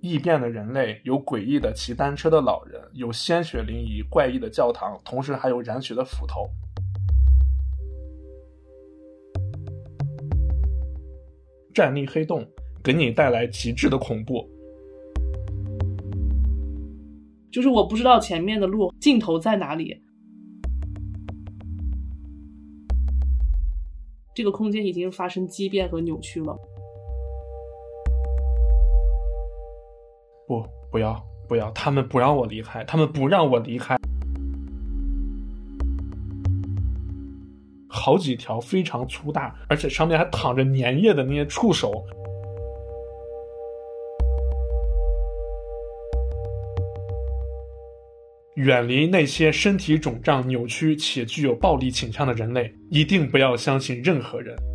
异变的人类，有诡异的骑单车的老人，有鲜血淋漓怪异的教堂，同时还有染血的斧头。战慄黑洞给你带来极致的恐怖， 就是我不知道前面的路尽头在哪里，这个空间已经发生畸变和扭曲了。 不要，他们不让我离开，他们不让我离开。好几条非常粗大，而且上面还淌着粘液的那些触手。远离那些身体肿胀、扭曲且具有暴力倾向的人类，一定不要相信任何人。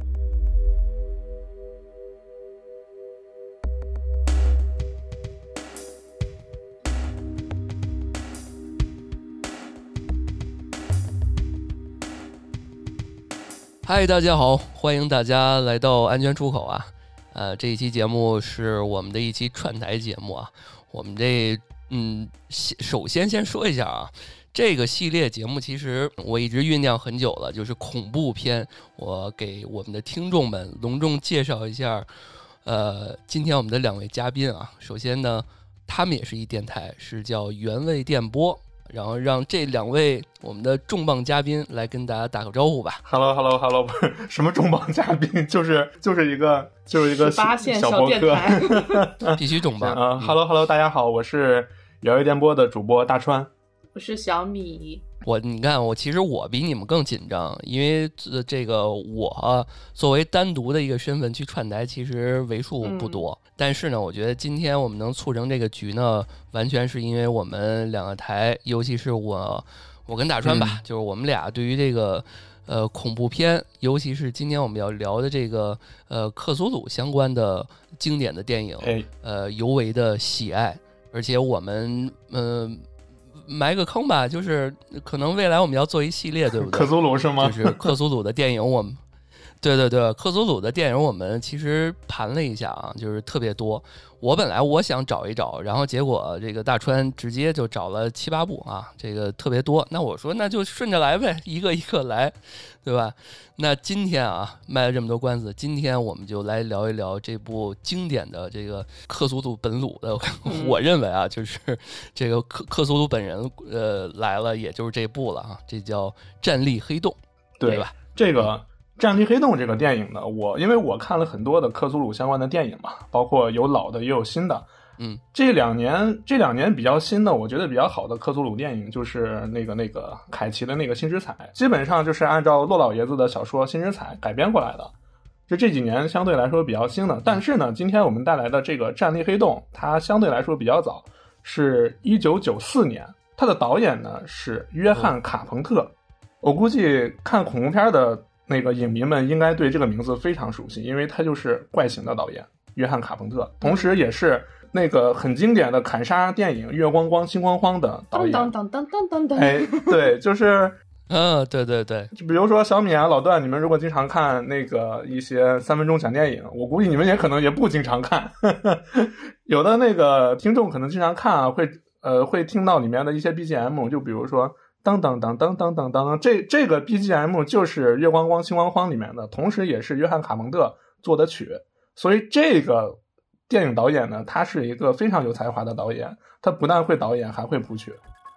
嗨，大家好，欢迎大家来到安全出口啊！这一期节目是我们的一期串台节目啊。我们首先说一下啊，这个系列节目其实我一直酝酿很久了，就是恐怖片。我给我们的听众们隆重介绍一下，今天我们的两位嘉宾啊。首先呢，他们也是一电台，是叫原味电波。然后让这两位我们的重磅嘉宾来跟大家打个招呼吧。 Hello， 什么重磅嘉宾？就是一个 18线小博客， 必须重磅啊！Hello， 大家好，我是原味电波的主播大川， 我是小米。 你看其实我比你们更紧张，因为这个我作为单独的一个身份去串台，其实为数不多。但是呢，我觉得今天我们能促成这个局呢，完全是因为我们两个台，尤其是我跟大川吧，就是我们俩对于这个恐怖片，尤其是今天我们要聊的这个克苏鲁相关的经典的电影，尤为的喜爱，而且我们埋个坑吧，就是可能未来我们要做一系列，对不对？ 克苏鲁是吗？ 就是克苏鲁的电影，我们对，克苏鲁的电影我们其实盘了一下啊，就是特别多。我本来想找一找，然后结果这个大川直接就找了7、8部啊，这个特别多。那我说那就顺着来呗，一个一个来，对吧？那今天啊，卖了这么多关子，今天我们就来聊一聊这部经典的这个克苏鲁本鲁的。我认为啊，就是这个克苏鲁本人来了，也就是这部了啊，这叫《战慄黑洞》，对吧？ 这个战慄黑洞这个电影呢，因为我看了很多的克苏鲁相关的电影嘛，包括有老的也有新的。这两年比较新的，我觉得比较好的克苏鲁电影就是那个凯奇的那个《星之彩》，基本上就是按照骆老爷子的小说《星之彩》改编过来的。这几年相对来说比较新的，但是呢，今天我们带来的这个战慄黑洞，它相对来说比较早，是1994年，它的导演呢是约翰·卡彭特。我估计看恐怖片的那个影迷们应该对这个名字非常熟悉，因为他就是怪形的导演约翰·卡彭特，同时也是那个很经典的砍杀电影《月光光心慌慌》的导演。对，就是对， 就比如说小米啊、老段，你们如果经常看那个一些3分钟讲电影，我估计你们也可能也不经常看。有的那个听众可能经常看啊，会听到里面的一些 BGM， 就比如说当当当当当当当，这个 BGM 就是《月光光心慌慌》里面的，同时也是约翰·卡彭特做的曲。所以这个电影导演呢，他是一个非常有才华的导演，他不但会导演，还会谱曲。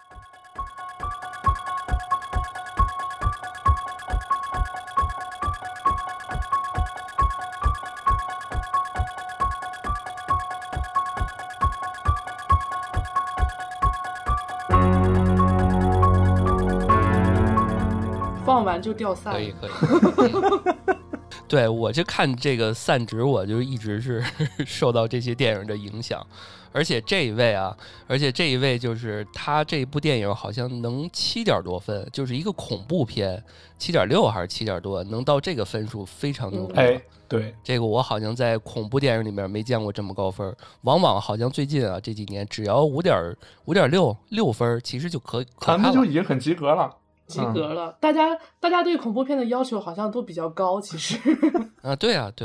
放完就掉散， 可以。对，我就看这个散值，我就一直是受到这些电影的影响。而且这一位就是他这部电影好像能7点多分，就是一个恐怖片，7.6还是7点多，能到这个分数非常牛逼。 对， 这个我好像在恐怖电影里面没见过这么高分，往往好像最近啊这几年只要5.6分，其实就可看了， 咱们就已经很及格了。 及格了，大家对恐怖片的要求好像都比较高，其实。 对啊，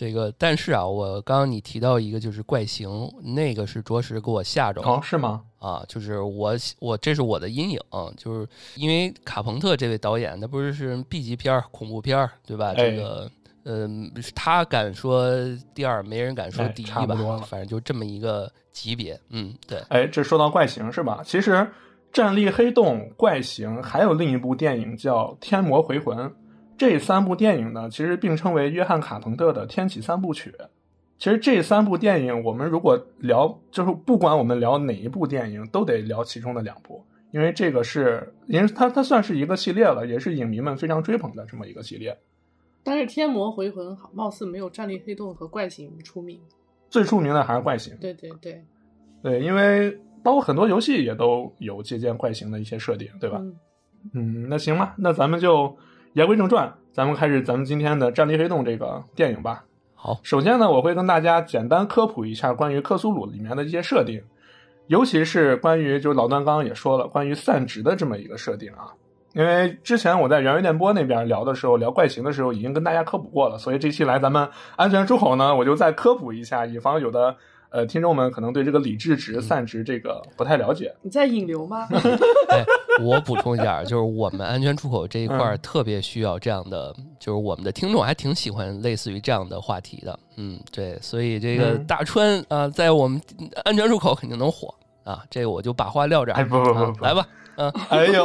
这个，但是啊，我刚刚你提到一个就是怪形，那个是着实给我吓着了。 哦，是吗？ 啊，就是我这是我的阴影，就是因为卡朋特这位导演，他不是 B 级片恐怖片对吧？这个他敢说第二，没人敢说第一吧？反正就这么一个级别。对。 这说到怪形是吧？其实《战慄黑洞》、怪形还有另一部电影叫《天魔回魂》。这3部电影呢，其实并称为约翰·卡朋特的天启3部曲。其实这3部电影，我们如果聊，就是不管我们聊哪一部电影，都得聊其中的2部，因为这个是，因为它算是一个系列了，也是影迷们非常追捧的这么一个系列。 但是《天魔回魂》貌似没有《战慄黑洞》和《怪形》出名， 最出名的还是《怪形》。 对， 因为包括很多游戏也都有借鉴《怪形》的一些设定，对吧？那行吧，那咱们就言归正传，咱们开始咱们今天的《战慄黑洞》这个电影吧。 好， 首先呢，我会跟大家简单科普一下关于克苏鲁里面的一些设定，尤其是关于，就是老段刚刚也说了，关于散值的这么一个设定啊。因为之前我在原味电波那边聊的时候，聊怪形的时候已经跟大家科普过了，所以这期来咱们安全出口呢，我就再科普一下，以防有的听众们可能对这个理智值、散值这个不太了解。 你在引流吗？ 我补充一下，就是我们安全出口这一块特别需要这样的，就是我们的听众还挺喜欢类似于这样的话题的。对，所以这个大川在我们安全出口肯定能火啊，这个我就把话撂这儿。 不， 来吧。 哎呦，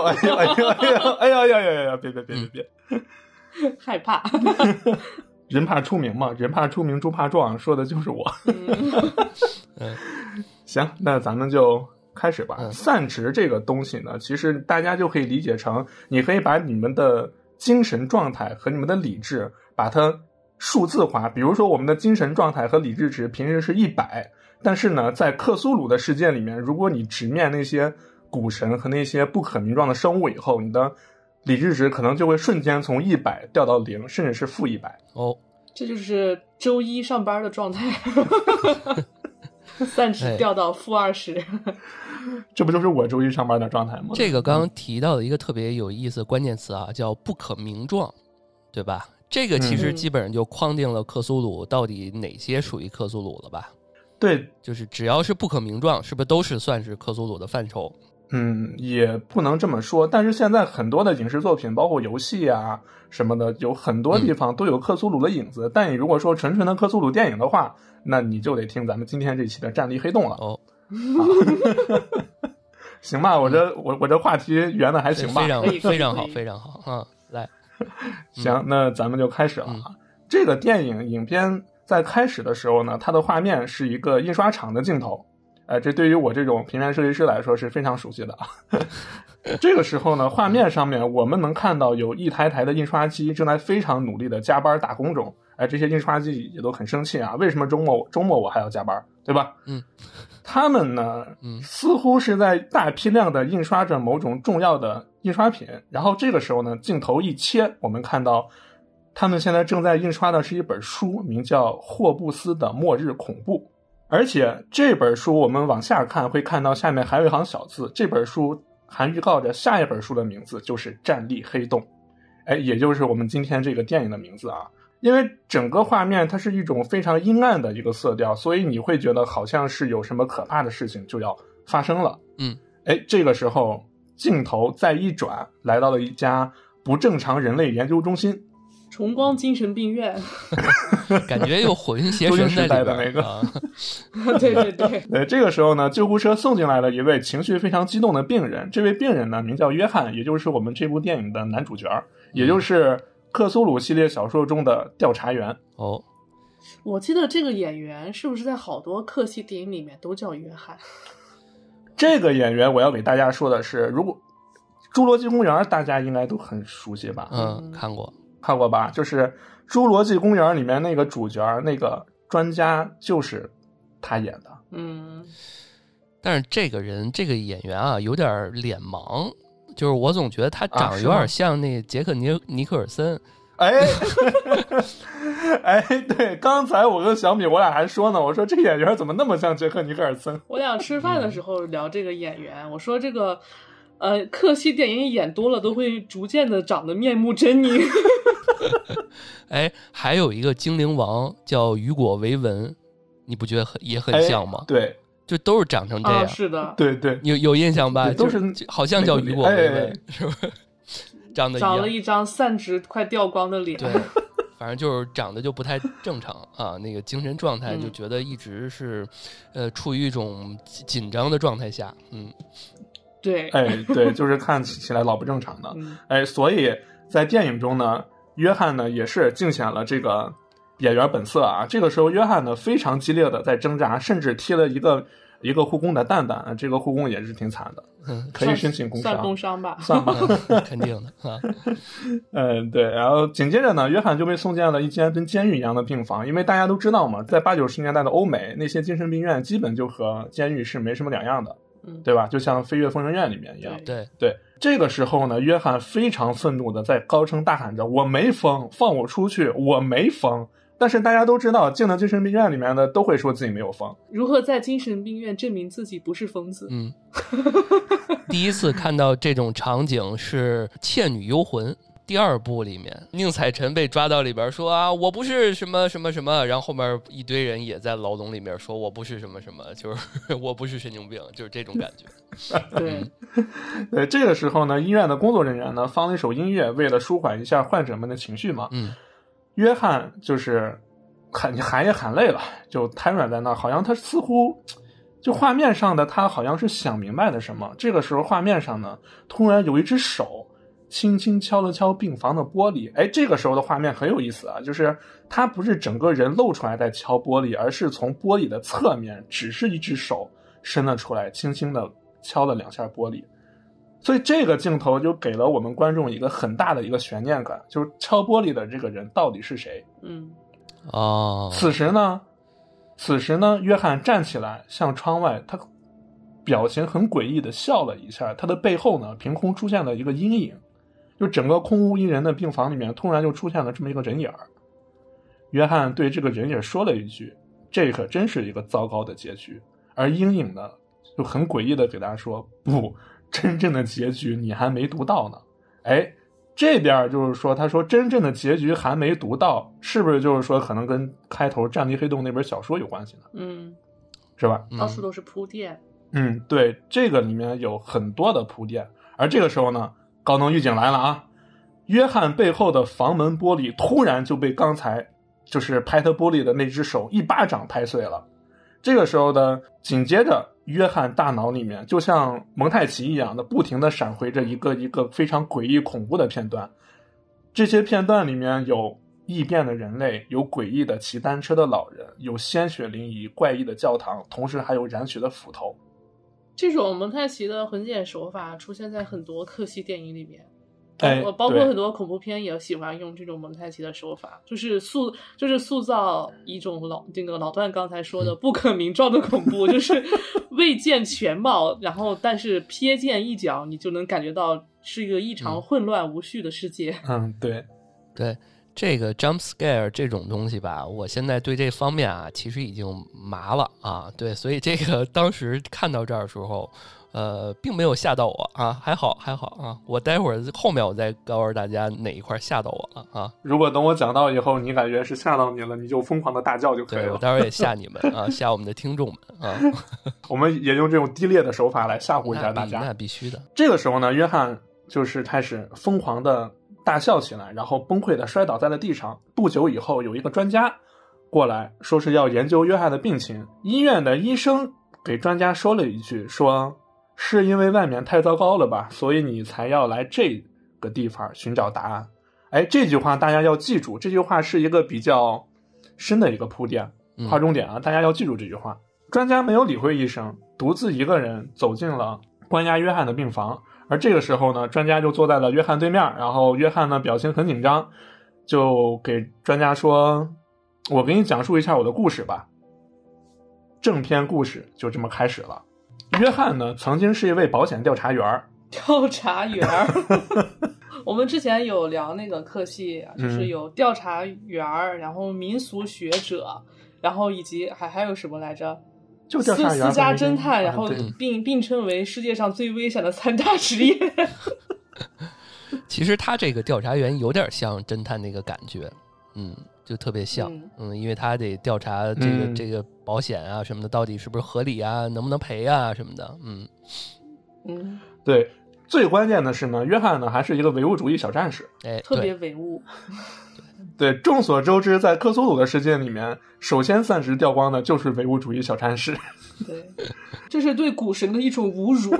别， 害怕。 人怕出名嘛，人怕出名猪怕壮，说的就是我。行，那咱们就开始吧。散值这个东西呢，其实大家就可以理解成，你可以把你们的精神状态和你们的理智把它数字化。比如说我们的精神状态和理智值平时是100，但是呢在克苏鲁的世界里面，如果你直面那些古神和那些不可名状的生物以后，你的理智值可能就会瞬间从100掉到0，甚至是-100。 这就是周一上班的状态。散值掉到-20， 这不就是我周一上班的状态吗？ 这个刚刚提到的一个特别有意思的关键词啊，叫不可名状，对吧？这个其实基本上就框定了克苏鲁到底哪些属于克苏鲁了吧？ 对， 就是只要是不可名状，是不是都是算是克苏鲁的范畴？ 也不能这么说，但是现在很多的影视作品，包括游戏啊什么的，有很多地方都有克苏鲁的影子。但你如果说纯纯的克苏鲁电影的话，那你就得听咱们今天这期的《战慄黑洞》了。行吧，我这话题圆的还行吧？ 非常好，非常好。来， 行，那咱们就开始了。这个电影片在开始的时候呢，它的画面是一个印刷厂的镜头。这对于我这种平面设计师来说是非常熟悉的啊。这个时候呢，画面上面我们能看到有一台台的印刷机正在非常努力的加班打工中。这些印刷机也都很生气啊，为什么周末我还要加班，对吧？他们呢，似乎是在大批量的印刷着某种重要的印刷品。然后这个时候呢，镜头一切，我们看到他们现在正在印刷的是一本书，名叫《霍布斯的末日恐怖》。而且这本书我们往下看会看到下面还有一行小字，这本书还预告着下一本书的名字就是《战慄黑洞》，也就是我们今天这个电影的名字啊。因为整个画面它是一种非常阴暗的一个色调，所以你会觉得好像是有什么可怕的事情就要发生了。这个时候镜头再一转，来到了一家不正常人类研究中心， 崇光精神病院。 感觉有混邪神在里边那个。 对， 这个时候呢，救护车送进来了一位情绪非常激动的病人。这位病人呢名叫约翰，也就是我们这部电影的男主角，也就是克苏鲁系列小说中的调查员。 我记得这个演员是不是在好多克系电影里面都叫约翰？ 这个演员我要给大家说的是，如果侏罗纪公园大家应该都很熟悉吧？看过吧？就是侏罗纪公园里面那个主角，那个专家就是他演的。 但是这个演员啊有点脸盲，就是我总觉得他长得有点像那杰克尼克尔森。 对，刚才我跟小米我俩还说呢，我说这演员怎么那么像杰克尼克尔森。 我俩吃饭的时候聊这个演员，我说这个克系电影演多了都会逐渐的长得面目狰狞。 哎，还有一个精灵王叫雨果·维文，你不觉得也很像吗？ 对， 就都是长成这样。 是的， 对对， 有印象吧？ 都是好像叫雨果·维文，是不是？长了一张散值快掉光的脸。 对，反正就是长得就不太正常啊，那个精神状态就觉得一直是，处于一种紧张的状态下。 对， 对，就是看起来老不正常的。所以在电影中呢，约翰呢也是尽显了这个演员本色啊。这个时候，约翰呢非常激烈的在挣扎，甚至踢了一个护工的蛋蛋，这个护工也是挺惨的，可以申请工伤， 算工伤吧， 算吧， 肯定的啊。 对，然后紧接着呢，约翰就被送进了一间跟监狱一样的病房，因为大家都知道嘛，在80、90年代的欧美，那些精神病院基本就和监狱是没什么两样的，对吧？就像《飞跃疯人院》里面一样。对，这个时候呢，约翰非常愤怒的在高声大喊着：“我没疯，放我出去，我没疯。”但是大家都知道，进了精神病院里面的都会说自己没有疯。 如何在精神病院证明自己不是疯子？ 第一次看到这种场景是《倩女幽魂》第2部里面，宁采臣被抓到里边说啊，我不是什么什么什么，然后后面一堆人也在牢笼里面说我不是什么什么，就是我不是神经病，就是这种感觉。 对，这个时候呢，医院的工作人员呢放了一首音乐，为了舒缓一下患者们的情绪嘛。约翰就是喊也喊累了，就瘫软在那，好像他似乎就画面上的他好像是想明白了什么。这个时候画面上呢，突然有一只手轻轻敲了敲病房的玻璃。这个时候的画面很有意思啊，就是他不是整个人露出来在敲玻璃，而是从玻璃的侧面只是一只手伸了出来，轻轻的敲了2下玻璃。所以这个镜头就给了我们观众一个很大的一个悬念感，就是敲玻璃的这个人到底是谁。此时呢，约翰站起来向窗外，他表情很诡异的笑了一下，他的背后呢凭空出现了一个阴影，就整个空无一人的病房里面突然就出现了这么一个人影。约翰对这个人影说了一句：“这可真是一个糟糕的结局。”而阴影呢就很诡异的给他说：“不，真正的结局你还没读到呢。”这边就是说，他说真正的结局还没读到，是不是就是说可能跟开头《战地黑洞》那本小说有关系呢？是吧？ 到处都是铺垫。 对，这个里面有很多的铺垫。而这个时候呢，高能预警来了啊！约翰背后的房门玻璃突然就被刚才就是拍他玻璃的那只手一巴掌拍碎了。这个时候呢，紧接着约翰大脑里面就像蒙太奇一样的不停地闪回着一个非常诡异恐怖的片段。这些片段里面有异变的人类，有诡异的骑单车的老人，有鲜血淋漓怪异的教堂，同时还有染血的斧头。 这种蒙太奇的混剪手法出现在很多克系电影里面，包括很多恐怖片也喜欢用这种蒙太奇的手法，就是塑造一种老段刚才说的不可名状的恐怖，就是未见全貌，然后但是瞥见一角，你就能感觉到是一个异常混乱无序的世界。 对。这个 jump scare 这种东西吧，我现在对这方面啊，其实已经麻了啊。对，所以这个当时看到这儿的时候，并没有吓到我啊，还好啊。我待会儿后面我再告诉大家哪一块吓到我了啊。 如果等我讲到以后，你感觉是吓到你了，你就疯狂的大叫就可以了。 对，我待会儿也吓你们啊，吓我们的听众们啊。 我们也用这种低劣的手法来吓唬一下大家。 那必须的。 这个时候呢，约翰就是开始疯狂的大笑起来，然后崩溃的摔倒在了地上。不久以后，有一个专家过来说是要研究约翰的病情。医院的医生给专家说了一句，说是因为外面太糟糕了吧，所以你才要来这个地方寻找答案。这句话大家要记住，这句话是一个比较深的一个铺垫，划重点啊，大家要记住这句话。专家没有理会医生，独自一个人走进了关押约翰的病房。而这个时候呢，专家就坐在了约翰对面，然后约翰呢表情很紧张，就给专家说，我给你讲述一下我的故事吧。正片故事就这么开始了。约翰呢曾经是一位保险调查员。 我们之前有聊那个科系，就是有调查员，然后民俗学者，然后以及还有什么来着， 就调查员私家侦探，然后并称为世界上最危险的3大职业。 其实他这个调查员有点像侦探那个感觉，就特别像，因为他得调查这个保险啊什么的到底是不是合理啊，能不能赔啊什么的， 对。最关键的是呢，约翰呢还是一个唯物主义小战士， 特别唯物。 对，众所周知，在克苏鲁的世界里面，首先散值掉光的就是唯物主义小战士。 对，这是对古神的一种侮辱。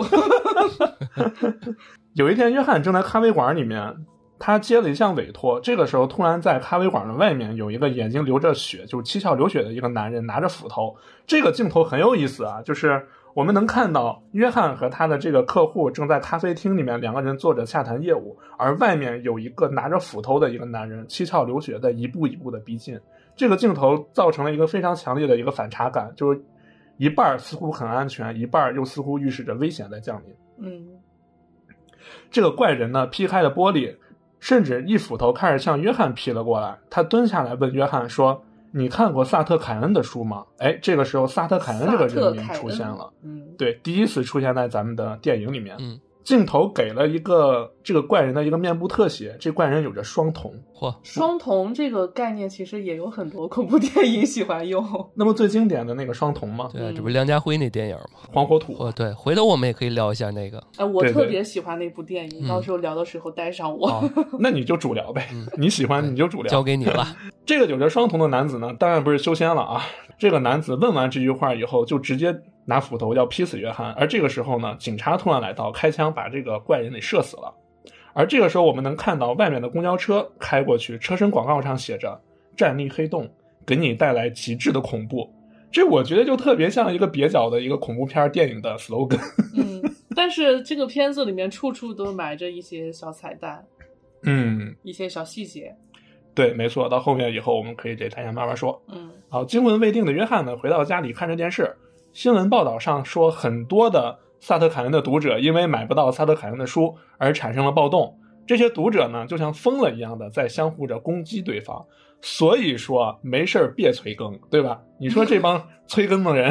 有一天，约翰正在咖啡馆里面，他接了一项委托。这个时候，突然在咖啡馆的外面有一个眼睛流着血，就是七窍流血的一个男人拿着斧头。这个镜头很有意思啊，就是我们能看到约翰和他的这个客户正在咖啡厅里面，两个人坐着洽谈业务，而外面有一个拿着斧头的一个男人，七窍流血，在一步一步的逼近。这个镜头造成了一个非常强烈的一个反差感，就是一半似乎很安全，一半又似乎预示着危险在降临。这个怪人呢，劈开了玻璃，甚至一斧头开始向约翰劈了过来。他蹲下来问约翰说，你看过萨特凯恩的书吗？这个时候萨特凯恩这个人名出现了，对，第一次出现在咱们的电影里面。镜头给了一个这个怪人的一个面部特写，这怪人有着双瞳。 双瞳这个概念其实也有很多恐怖电影喜欢用。 那么最经典的那个双瞳吗？ 对，这不是梁家辉那电影吗？ 黄火土。 对，回头我们也可以聊一下那个。 我特别喜欢那部电影，到时候聊的时候带上我。 那你就主聊呗，你喜欢你就主聊， 交给你了。 这个有着双瞳的男子呢，当然不是修仙了啊。这个男子问完这句话以后，就直接拿斧头要劈死约翰。而这个时候呢，警察突然来到，开枪把这个怪人给射死了。而这个时候我们能看到外面的公交车开过去，车身广告上写着站立黑洞，给你带来极致的恐怖。这我觉得就特别像一个蹩脚的一个恐怖片电影的 slogan。 但是这个片子里面处处都埋着一些小彩蛋，一些小细节。 对，没错，到后面以后我们可以给大家慢慢说。好，惊魂未定的约翰呢，回到家里看着电视，新闻报道上说很多的萨特凯恩的读者因为买不到萨特凯恩的书而产生了暴动，这些读者呢就像疯了一样的在相互着攻击对方。所以说没事别催更，对吧？你说这帮催更的人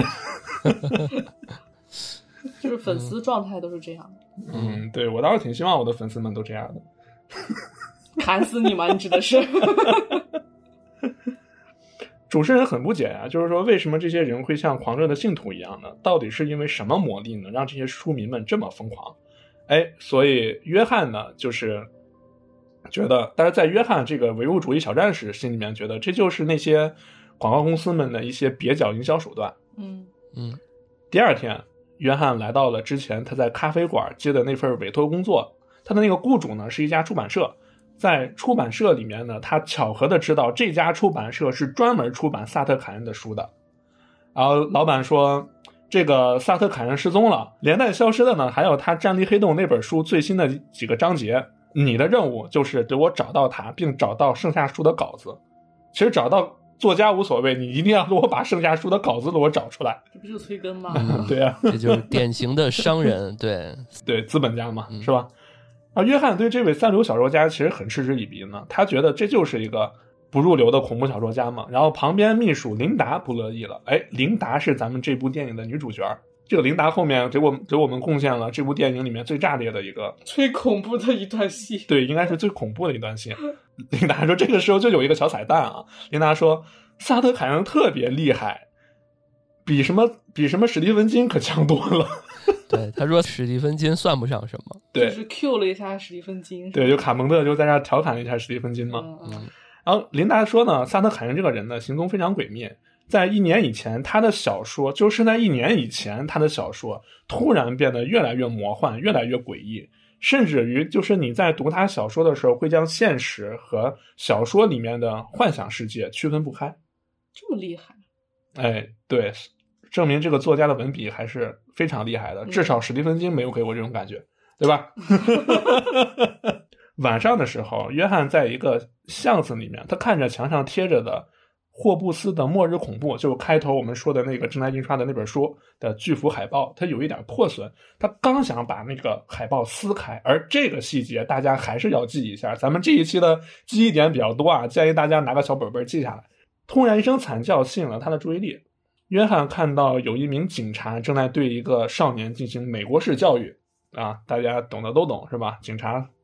就是粉丝状态都是这样的。 对，我倒是挺希望我的粉丝们都这样的。 砍死你吗？你指的是？ 主持人很不解啊，就是说为什么这些人会像狂热的信徒一样呢？到底是因为什么魔力能让这些书迷们这么疯狂？所以约翰呢，就是觉得，但是在约翰这个唯物主义小战士心里面觉得，这就是那些广告公司们的一些蹩脚营销手段。第二天，约翰来到了之前他在咖啡馆接的那份委托工作，他的那个雇主呢是一家出版社。在出版社里面呢，他巧合的知道这家出版社是专门出版萨特凯恩的书的。然后老板说，这个萨特凯恩失踪了，连带消失的呢还有他站立黑洞那本书最新的几个章节。你的任务就是给我找到他，并找到剩下书的稿子。其实找到作家无所谓，你一定要给我把剩下书的稿子给我找出来。 这不就催更吗？ 对啊， 这就是典型的商人。对， 资本家嘛，是吧？约翰对这位三流小说家其实很嗤之以鼻呢，他觉得这就是一个不入流的恐怖小说家嘛。然后旁边秘书琳达不乐意了，琳达是咱们这部电影的女主角，这个琳达后面给我们贡献了这部电影里面最炸裂的一个最恐怖的一段戏。 对，应该是最恐怖的一段戏。琳达说，这个时候就有一个小彩蛋啊，琳达说萨特凯恩特别厉害，比什么史蒂芬金可强多了。 对，他说史蒂芬金算不上什么， 对， 就是 Q 了一下史蒂芬金， 对，就卡蒙特就在那调侃了一下史蒂芬金嘛。然后琳达说呢，萨特凯恩这个人呢行踪非常诡秘，在1年以前他的小说，就是在1年以前他的小说突然变得越来越魔幻，越来越诡异，甚至于就是你在读他小说的时候会将现实和小说里面的幻想世界区分不开。 这么厉害？ 对，证明这个作家的文笔还是非常厉害的，至少史蒂芬金没有给我这种感觉，对吧？晚上的时候，约翰在一个巷子里面，他看着墙上贴着的霍布斯的《末日恐怖》，就是开头我们说的那个正在印刷的那本书的巨幅海报，它有一点破损，他刚想把那个海报撕开，而这个细节大家还是要记一下，咱们这一期的记忆点比较多啊，建议大家拿个小本本记下来。突然一声惨叫吸引了他的注意力，约翰看到有一名警察正在对一个少年进行美国式教育啊，大家懂的都懂是吧？警察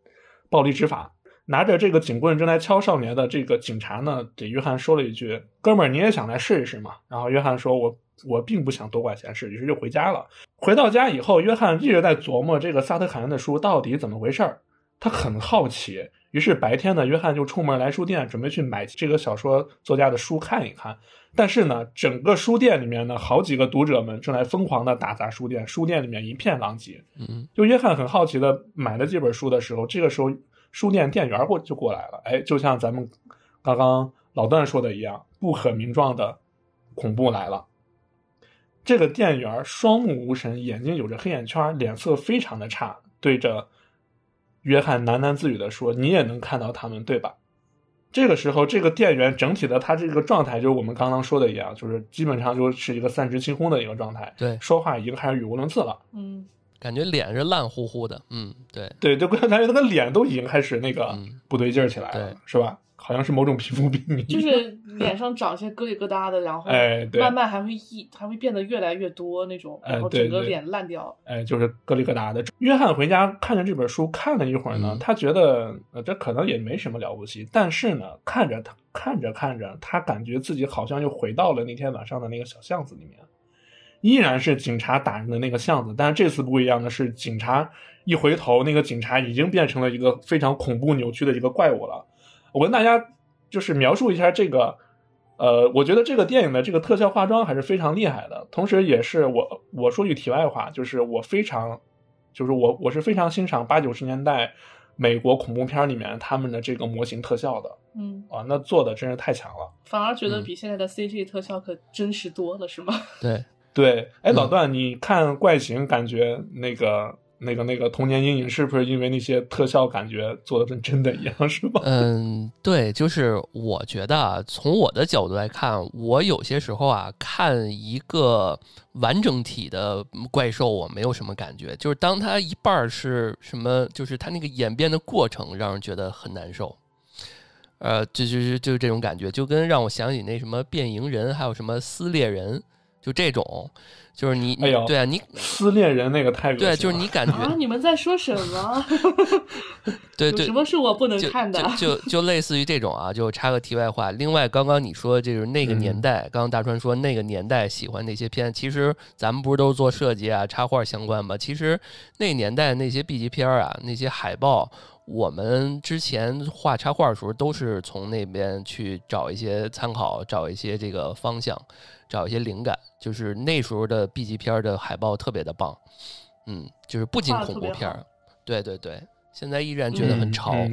暴力执法。拿着这个警棍正在敲少年的这个警察呢，给约翰说了一句：“哥们儿，你也想来试一试嘛？”然后约翰说：“我并不想多管闲事。”于是就回家了。回到家以后，约翰一直在琢磨这个萨特凯恩的书到底怎么回事儿，他很好奇。于是白天呢，约翰就出门来书店，准备去买这个小说作家的书看一看。但是呢，整个书店里面呢，好几个读者们正在疯狂的打砸书店，书店里面一片狼藉。就约翰很好奇的买了这本书的时候，这个时候书店店员就过来了。就像咱们刚刚老段说的一样，不可名状的恐怖来了。这个店员双目无神，眼睛有着黑眼圈，脸色非常的差，对着约翰喃喃自语的说：“你也能看到他们，对吧？”这个时候，这个店员整体的他这个状态就是我们刚刚说的一样，就是基本上就是一个三直清空的一个状态。 对， 说话已经开始语无伦次了。 感觉脸是烂乎乎的。 对，就感觉那个脸都已经开始那个不对劲儿起来了，是吧？好像是某种皮肤病， 就是脸上长些疙里疙瘩的，然后慢慢还会变得越来越多那种，然后整个脸烂掉。 就是疙里疙瘩的。约翰回家看着这本书看了一会儿呢，他觉得这可能也没什么了不起，但是呢，看着他感觉自己好像又回到了那天晚上的那个小巷子里面，依然是警察打人的那个巷子，但是这次不一样的是，警察一回头，那个警察已经变成了一个非常恐怖扭曲的一个怪物了。我跟大家就是描述一下这个我觉得这个电影的这个特效化妆还是非常厉害的，同时也是我说句题外话，就是我是非常欣赏80-90年代美国恐怖片里面他们的这个模型特效的。那做的真是太强了， 反而觉得比现在的 CG 特效可真实多了，是吗？ 对， 老段，你看怪形感觉那个童年阴影是不是因为那些特效感觉做的跟真的一样，是吧？ 对，就是我觉得啊，从我的角度来看，我有些时候啊，看一个完整体的怪兽，我没有什么感觉，就是当它一半是什么，就是它那个演变的过程让人觉得很难受。就是这种感觉，就跟让我想起那什么变蝇人，还有什么撕裂人，就这种。就是你，对啊，你撕裂人那个太恶心了。 对，就是你感觉你们在说什么？ 对， 有什么是我不能看的？ 就类似于这种啊。就插个题外话，另外刚刚你说就是那个年代，刚刚大川说那个年代喜欢那些片，其实咱们不是都是做设计啊、插画相关吗？其实那年代那些 B 级片啊，那些海报，我们之前画插画的时候都是从那边去找一些参考，找一些这个方向，找一些灵感。就是那时候的 B 级片的海报特别的棒，就是不仅恐怖片，对，现在依然觉得很潮，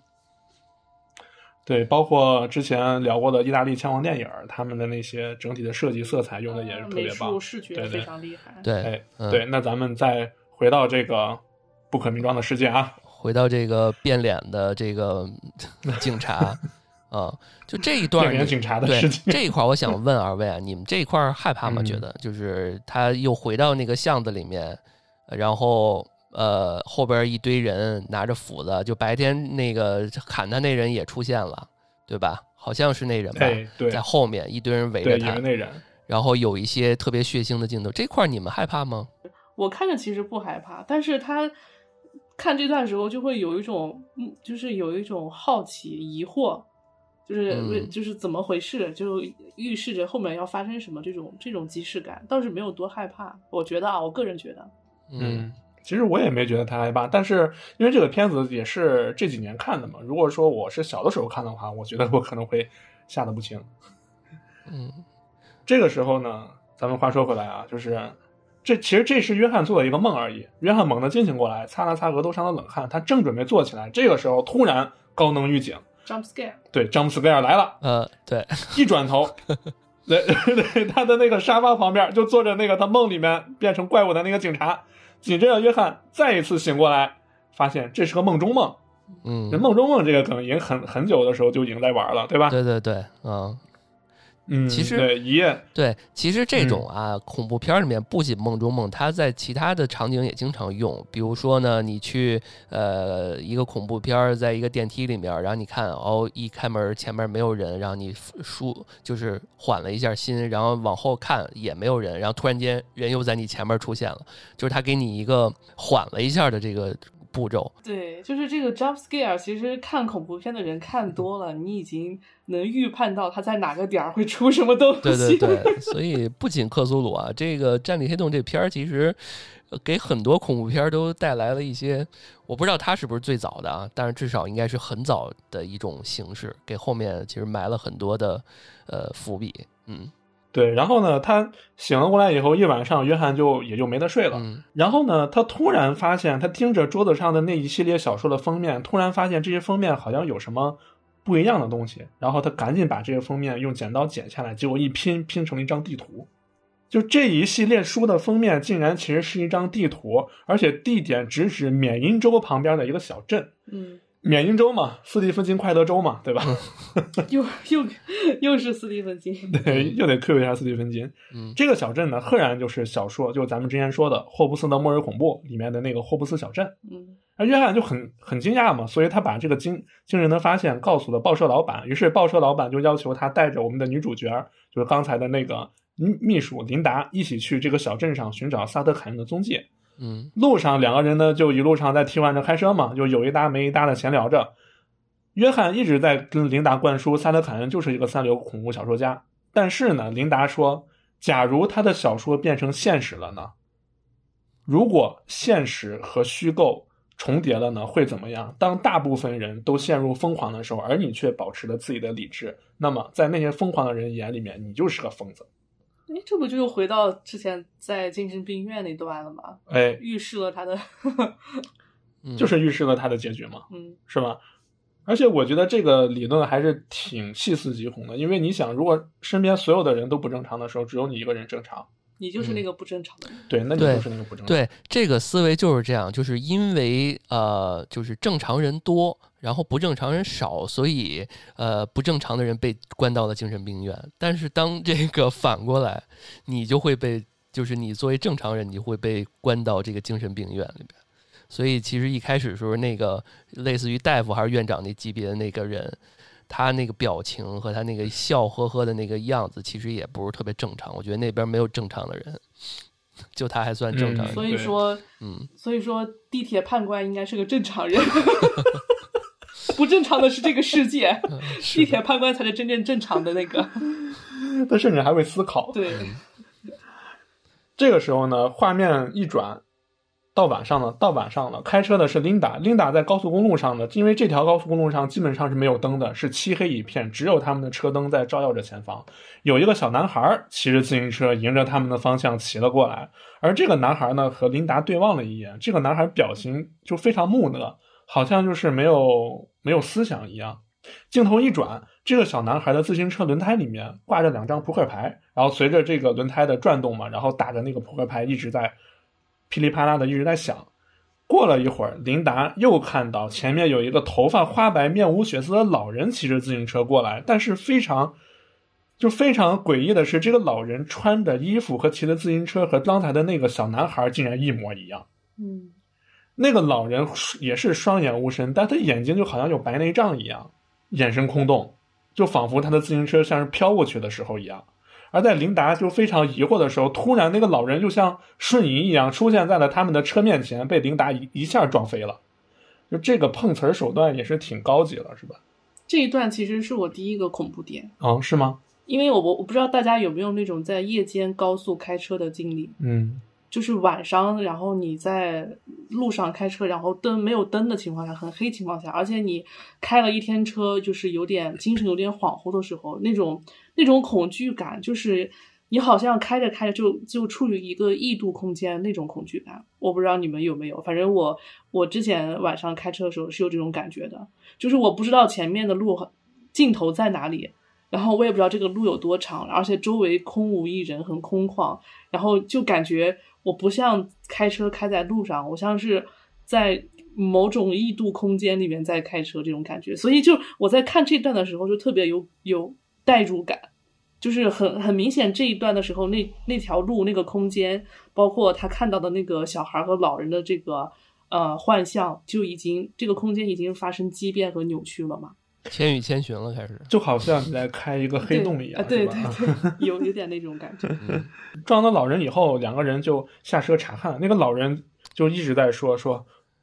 对，包括之前聊过的意大利枪王电影，他们的那些整体的设计色彩用的也是特别棒， 美术视觉非常厉害。 对，那咱们再回到这个不可名状的世界啊， 回到这个变脸的这个警察。就这一段警察的事情， 这一块我想问二位啊，你们这一块害怕吗？觉得就是他又回到那个巷子里面，然后后边一堆人拿着斧子，就白天那个砍他那人也出现了，对吧？好像是那人吧，在后面一堆人围着他， 那人， 然后有一些特别血腥的镜头，这块你们害怕吗？ 我看着其实不害怕，但是他看这段时候就会有一种好奇、疑惑。就是怎么回事，就预示着后面要发生什么，这种即视感倒是没有多害怕。我觉得啊，我个人觉得， 其实我也没觉得太害怕，但是因为这个片子也是这几年看的嘛，如果说我是小的时候看的话，我觉得我可能会吓得不轻。这个时候呢，咱们话说回来啊，就是其实这是约翰做的一个梦而已。约翰猛地惊醒过来，擦了擦额头上的冷汗，他正准备坐起来，这个时候突然高能预警。 Jump scare， 对 ，Jump scare 来了。 对， 一转头，对，他的那个沙发旁边就坐着那个他梦里面变成怪物的那个警察。紧接着，约翰再一次醒过来，发现这是个梦中梦。这梦中梦这个梗已经很久的时候就已经在玩了，对吧？ 对，其实对，其实这种恐怖片里面不仅梦中梦，它在其他的场景也经常用。比如说呢，你去一个恐怖片，在一个电梯里面，然后你看一开门前面没有人，然后你就是缓了一下心，然后往后看也没有人，然后突然间人又在你前面出现了，就是他给你一个缓了一下的这个步骤。 对，就是这个 jump scare， 其实看恐怖片的人看多了，你已经能预判到他在哪个点会出什么东西。 对对对，所以不仅克苏鲁啊，这个《战地黑洞》这片儿其实给很多恐怖片都带来了一些，我不知道它是不是最早的啊，但是至少应该是很早的一种形式，给后面其实埋了很多的伏笔。 对，然后呢，他醒了过来以后，一晚上约翰也就没得睡了。然后呢，他突然发现，他盯着桌子上的那一系列小说的封面，突然发现这些封面好像有什么不一样的东西。然后他赶紧把这些封面用剪刀剪下来，结果一拼成了一张地图。就这一系列书的封面竟然其实是一张地图，而且地点直指缅因州旁边的一个小镇。缅因州嘛，斯蒂芬金快乐州嘛，对吧？ 又是斯蒂芬金， 对，又得 Q 一下斯蒂芬金。这个小镇呢，赫然就是小说，就咱们之前说的霍布斯的末日恐怖里面的那个霍布斯小镇。而约翰就很惊讶嘛，所以他把这个惊人的发现告诉了报社老板，于是报社老板就要求他带着我们的女主角，就是刚才的那个秘书琳达，一起去这个小镇上寻找萨德凯恩的踪迹。路上两个人呢就一路上在替换着开车嘛，就有一搭没一搭的闲聊着。约翰一直在跟琳达灌输萨德凯恩就是一个三流恐怖小说家，但是呢，琳达说，假如他的小说变成现实了呢？如果现实和虚构重叠了呢，会怎么样？当大部分人都陷入疯狂的时候，而你却保持了自己的理智，那么在那些疯狂的人眼里面，你就是个疯子。 这不就又回到之前在精神病院那段了吗？预示了他的就是预示了他的结局嘛，是吧？而且我觉得这个理论还是挺细思极恐的，因为你想，如果身边所有的人都不正常的时候，只有你一个人正常， 你就是那个不正常的人。 对，那你就是那个不正常的人。 对，这个思维就是这样，就是因为就是正常人多，然后不正常人少，所以不正常的人被关到了精神病院。但是当这个反过来，你就会被，就是你作为正常人，你会被关到这个精神病院里边。所以其实一开始的时候，那个类似于大夫还是院长那级别的那个人，他那个表情和他那个笑呵呵的那个样子，其实也不是特别正常。我觉得那边没有正常的人，就他还算正常人。 所以说地铁判官应该是个正常人。不正常的是这个世界，地铁判官才是真正正常的那个。 他甚至还会思考。 对。 这个时候呢，画面一转，到晚上了，开车的是琳达在高速公路上呢，因为这条高速公路上基本上是没有灯的，是漆黑一片，只有他们的车灯在照耀着前方。有一个小男孩骑着自行车迎着他们的方向骑了过来，而这个男孩呢和琳达对望了一眼，这个男孩表情就非常木讷，好像就是没有思想一样。镜头一转，这个小男孩的自行车轮胎里面挂着2张扑克牌，然后随着这个轮胎的转动嘛，然后打着那个扑克牌一直在噼里啪啦的一直在响。过了一会儿，琳达又看到前面有一个头发花白面无血色的老人骑着自行车过来，但是非常诡异的是，这个老人穿的衣服和骑的自行车和刚才的那个小男孩竟然一模一样。那个老人也是双眼无神，但他眼睛就好像有白内障一样，眼神空洞，就仿佛他的自行车像是飘过去的时候一样。而在琳达就非常疑惑的时候，突然那个老人就像瞬移一样出现在了他们的车面前，被琳达一下撞飞了。就这个碰瓷手段也是挺高级了，是吧？ 这一段其实是我第一个恐怖点。 是吗？ 因为我不知道大家有没有那种在夜间高速开车的经历。就是晚上，然后你在路上开车，然后没有灯的情况下，很黑情况下，而且你开了一天车，就是精神有点恍惚的时候，那种恐惧感，就是你好像开着开着就处于一个异度空间那种恐惧感。我不知道你们有没有，反正我之前晚上开车的时候是有这种感觉的，就是我不知道前面的路尽头在哪里，然后我也不知道这个路有多长，而且周围空无一人，很空旷，然后就感觉我不像开车开在路上，我像是在某种异度空间里面在开车这种感觉。所以就我在看这段的时候就特别有代入感，就是很明显这一段的时候那条路那个空间，包括他看到的那个小孩和老人的这个幻象，就已经这个空间已经发生畸变和扭曲了嘛。 千与千寻了，开始就好像你在开一个黑洞一样， 对对对，有点那种感觉。 撞到老人以后，两个人就下车查看，那个老人就一直在说不，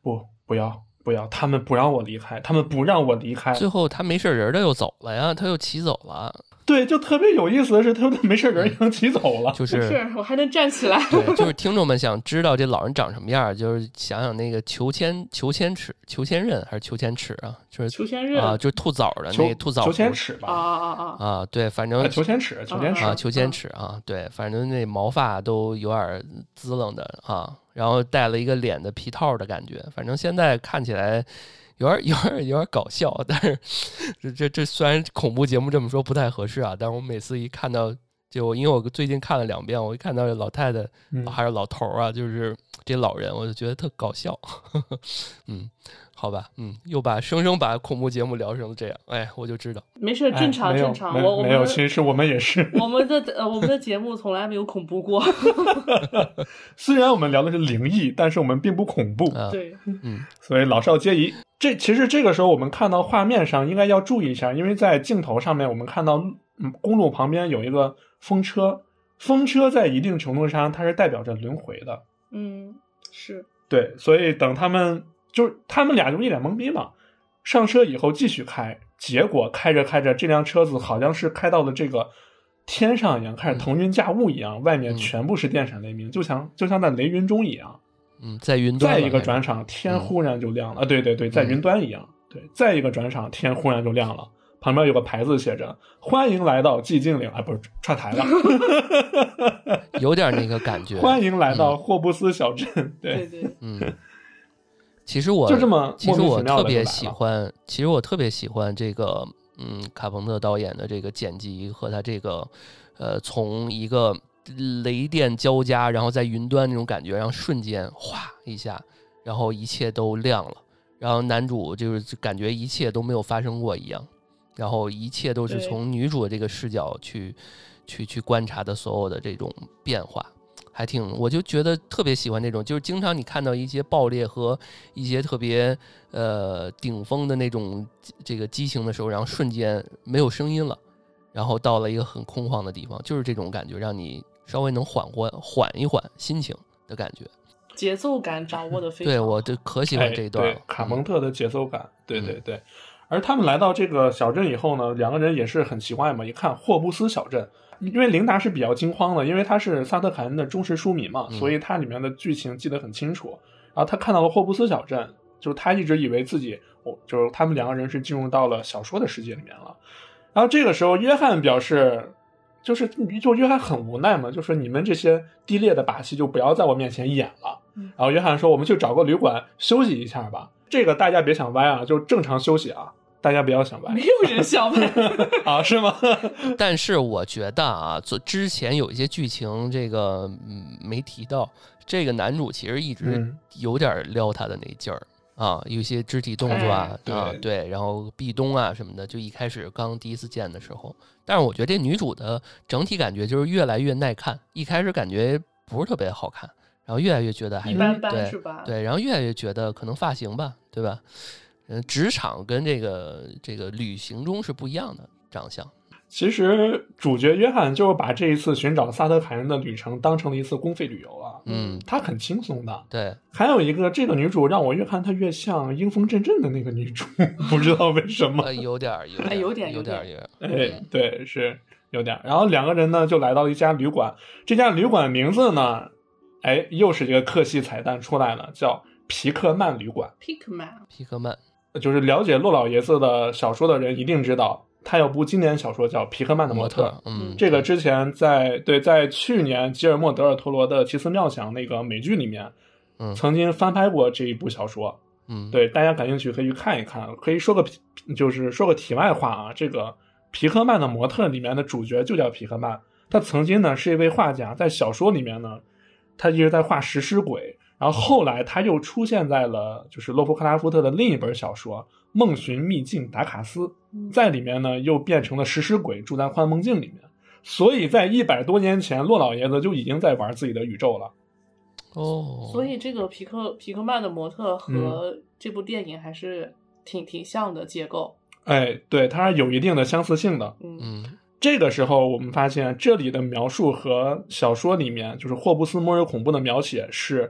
不要，他们不让我离开，他们不让我离开。 最后他没事人的又走了呀，他又骑走了。 对，就特别有意思的是，他没事人已经骑走了， 就是我还能站起来。 对，就是听众们想知道这老人长什么样，就是想想那个裘千仞还是裘千尺啊？就是裘千仞啊，就是兔枣的那个兔枣。 裘千尺吧？ 啊，对，反正裘千尺啊， 裘千尺啊，对，反正那毛发都有点滋楞的啊，然后戴了一个脸的皮套的感觉，反正现在看起来。有点搞笑，但是这虽然恐怖节目这么说不太合适啊，但是我每次一看到，就因为我最近看了2遍，我一看到老太太还有老头啊，就是这老人，我就觉得特搞笑。好吧，又生生把恐怖节目聊成了这样，哎，我就知道， 没事，正常。我没有，其实我们也是， 我们的节目从来没有恐怖过。 虽然我们聊的是灵异，但是我们并不恐怖。 对， 所以老少皆宜。其实这个时候我们看到画面上应该要注意一下，因为在镜头上面我们看到公路旁边有一个风车在一定程度上它是代表着轮回的。 是对，所以等他们俩就一脸懵逼嘛，上车以后继续开，结果开着开着这辆车子好像是开到了这个天上一样，开始腾云驾雾一样，外面全部是电闪雷鸣，就像在雷云中一样。 在云端， 再一个转场，天忽然就亮了。对，在云端一样。对，再一个转场，天忽然就亮了。旁边有个牌子写着"欢迎来到寂静岭"，不是串台了， 有点那个感觉。 欢迎来到霍布斯小镇。对， 其实我特别喜欢，这个卡朋特导演的这个剪辑和他这个从一个雷电交加，然后在云端那种感觉，然后瞬间哗一下，然后一切都亮了，然后男主就是感觉一切都没有发生过一样，然后一切都是从女主的这个视角去观察的所有的这种变化，我就觉得特别喜欢这种，就是经常你看到一些爆裂和一些特别顶峰的那种这个激情的时候，然后瞬间没有声音了，然后到了一个很空旷的地方，就是这种感觉，让你稍微能缓一缓心情的感觉， 节奏感掌握的非常好。 对，我就可喜欢这一段了。 对，卡蒙特的节奏感，对。而他们来到这个小镇以后呢，两个人也是很奇怪嘛，一看霍布斯小镇，因为琳达是比较惊慌的，因为他是萨特凯恩的忠实书迷嘛，所以他里面的剧情记得很清楚。然后他看到了霍布斯小镇，就是他一直以为自己就是他们两个人是进入到了小说的世界里面了。然后这个时候约翰表示就约翰很无奈嘛，就说你们这些低劣的把戏就不要在我面前演了。然后约翰说我们去找个旅馆休息一下吧，这个大家别想歪啊，就正常休息啊，大家不要想歪。 没有人想歪啊，是吗？ 但是我觉得啊，之前有一些剧情这个没提到，这个男主其实一直有点撩他的那劲儿。有一些肢体动作对，然后壁咚啊什么的，就一开始刚第一次见的时候，但是我觉得这女主的整体感觉就是越来越耐看，一开始感觉不是特别好看，然后越来越觉得还一般般是吧？ 对，然后越来越觉得可能发型吧，对吧？职场跟这个旅行中是不一样的长相。 其实主角约翰就是把这一次寻找萨特凯恩的旅程当成了一次公费旅游啊，他很轻松的。 对， 还有一个这个女主让我越看她越像英风阵阵的那个女主，不知道为什么， 有点， 对，是有点。然后两个人呢就来到一家旅馆，这家旅馆名字呢，又是一个客系彩蛋出来了，叫皮克曼旅馆。 皮克曼， 就是了解洛老爷子的小说的人一定知道。他有部经典小说叫《皮克曼的模特》，这个之前在去年吉尔莫·德尔托罗的《奇思妙想》那个美剧里面，曾经翻拍过这一部小说，对，大家感兴趣可以去看一看。可以说个题外话啊，这个《皮克曼的模特》里面的主角就叫皮克曼，他曾经呢是一位画家，在小说里面呢，他一直在画食尸鬼，然后后来他又出现在了就是洛夫克拉夫特的另一本小说《梦寻秘境达卡斯》，在里面呢又变成了食尸鬼，住在幻梦境里面。所以在100多年前，洛老爷子就已经在玩自己的宇宙了。 所以这个皮克曼的模特和这部电影还是挺像的结构。 对，它是有一定的相似性的。这个时候我们发现这里的描述和小说里面就是霍布斯末日恐怖的描写是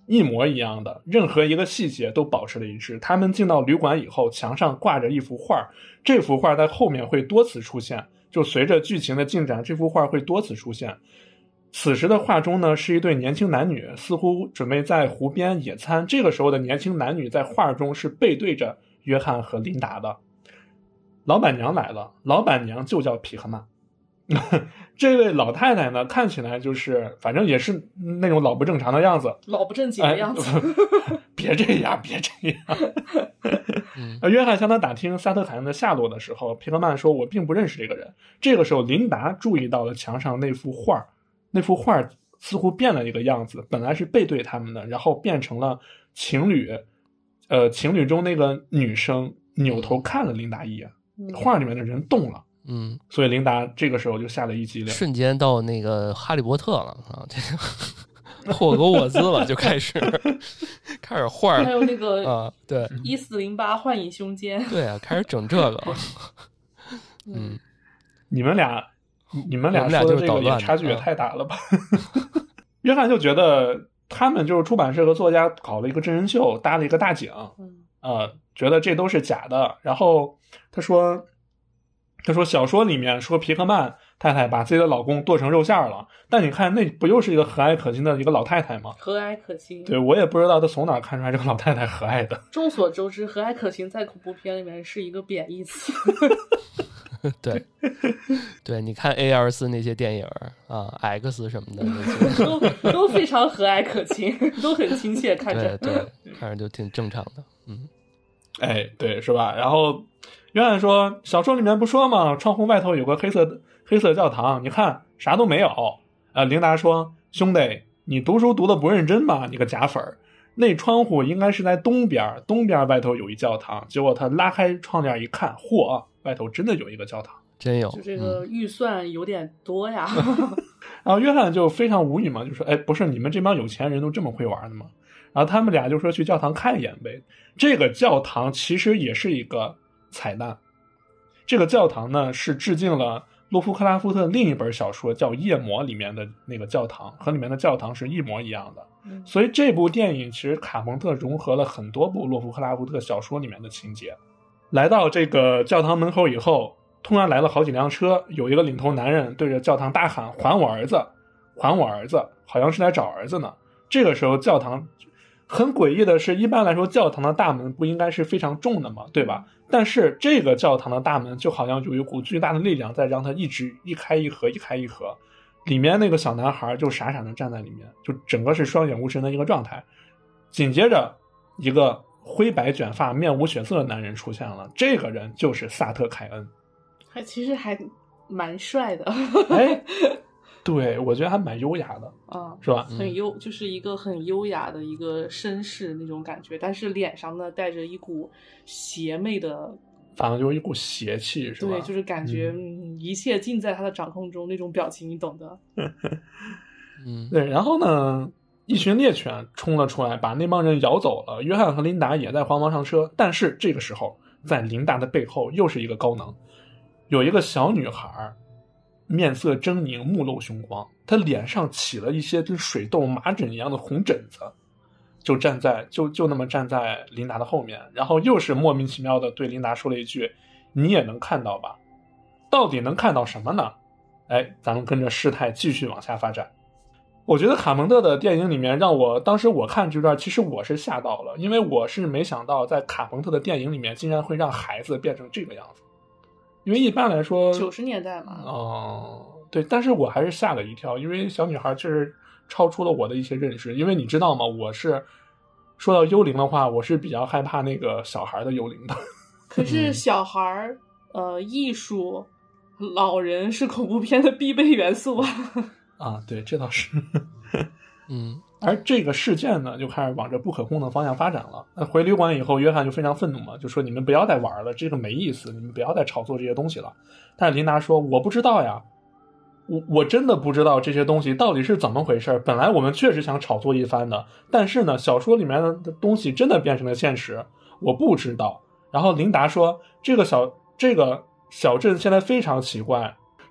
一模一样的，任何一个细节都保持了一致。他们进到旅馆以后，墙上挂着一幅画，这幅画在后面会多次出现，就随着剧情的进展，这幅画会多次出现。此时的画中呢，是一对年轻男女，似乎准备在湖边野餐。这个时候的年轻男女在画中是背对着约翰和琳达的。老板娘来了，老板娘就叫皮克曼。这位老太太呢，看起来就是反正也是那种老不正常的样子， 老不正经的样子。 别这样，别这样。约翰向他打听萨特凯恩的下落的时候，皮克曼说：“我并不认识这个人。”这个时候，琳达注意到了墙上那幅画，那幅画似乎变了一个样子，本来是背对他们的，然后变成了情侣。情侣中那个女生扭头看了琳达一眼，画里面的人动了。所以琳达这个时候就下了一激灵， 瞬间到那个哈利波特了啊，这个霍格沃兹了，就开始画， 还有那个啊，对 1408幻影胸间， 对啊，开始整这个。 你们俩说的这个也差距也太大了吧？约翰就觉得他们就是出版社和作家搞了一个真人秀，搭了一个大景，觉得这都是假的。然后他说小说里面说皮克曼太太把自己的老公剁成肉馅了，但你看那不又是一个和蔼可亲的一个老太太吗？ 和蔼可亲， 对，我也不知道他从哪看出来这个老太太和蔼的。 众所周知，和蔼可亲在恐怖片里面是一个贬义词。 对对，你看 A24 那些电影啊 X 什么的那些都非常和蔼可亲，都很亲切，看着对，看着就挺正常的。 对，是吧？然后约翰说，小说里面不说吗？窗户外头有个黑色教堂，你看啥都没有。琳达说，兄弟，你读书读的不认真吧？你个假粉儿。那窗户应该是在东边外头有一教堂。结果他拉开窗帘一看，嚯，外头真的有一个教堂， 真有。 就这个预算有点多呀。 然后约翰就非常无语嘛，就说，不是你们这帮有钱人都这么会玩的吗？然后他们俩就说去教堂看一眼呗。这个教堂其实也是一个彩蛋。这个教堂呢是致敬了洛夫克拉夫特另一本小说叫《夜魔》里面的那个教堂，和里面的教堂是一模一样的。所以这部电影其实卡彭特融合了很多部洛夫克拉夫特小说里面的情节。来到这个教堂门口以后，突然来了好几辆车，有一个领头男人对着教堂大喊，还我儿子，还我儿子，好像是来找儿子呢。这个时候教堂很诡异的是，一般来说教堂的大门不应该是非常重的嘛，对吧？但是这个教堂的大门就好像有一股巨大的力量在让它一直一开一合，里面那个小男孩就傻傻的站在里面，就整个是双眼无神的一个状态。紧接着一个灰白卷发面无血色的男人出现了，这个人就是萨特凯恩。 其实还蛮帅的。 对，我觉得还蛮优雅的是吧？ 就是一个很优雅的一个绅士那种感觉，但是脸上呢带着一股邪魅的， 反正就是一股邪气，是吧？ 对，就是感觉一切尽在他的掌控中那种表情，你懂的。 对，然后呢，一群猎犬冲了出来，把那帮人咬走了。约翰和琳达也在慌忙上车，但是这个时候，在琳达的背后又是一个高能，有一个小女孩。面色狰狞，目露凶光，他脸上起了一些跟水痘麻疹一样的红疹子，就那么站在琳达的后面，然后又是莫名其妙的对琳达说了一句，你也能看到吧？到底能看到什么呢？咱们跟着事态继续往下发展。我觉得卡蒙特的电影里面当时我看这段，其实我是吓到了，因为我是没想到在卡蒙特的电影里面竟然会让孩子变成这个样子。因为一般来说 90年代嘛， 对，但是我还是吓了一跳，因为小女孩确实超出了我的一些认识。因为你知道吗，我是说到幽灵的话，我是比较害怕那个小孩的幽灵的。 可是小孩艺术老人是恐怖片的必备元素啊。对，这倒是。而这个事件呢，就开始往着不可控的方向发展了。回旅馆以后，约翰就非常愤怒嘛，就说你们不要再玩了，这个没意思，你们不要再炒作这些东西了。但是琳达说，我不知道呀，我真的不知道这些东西到底是怎么回事。本来我们确实想炒作一番的，但是呢，小说里面的东西真的变成了现实，我不知道。然后琳达说，这个小镇现在非常奇怪，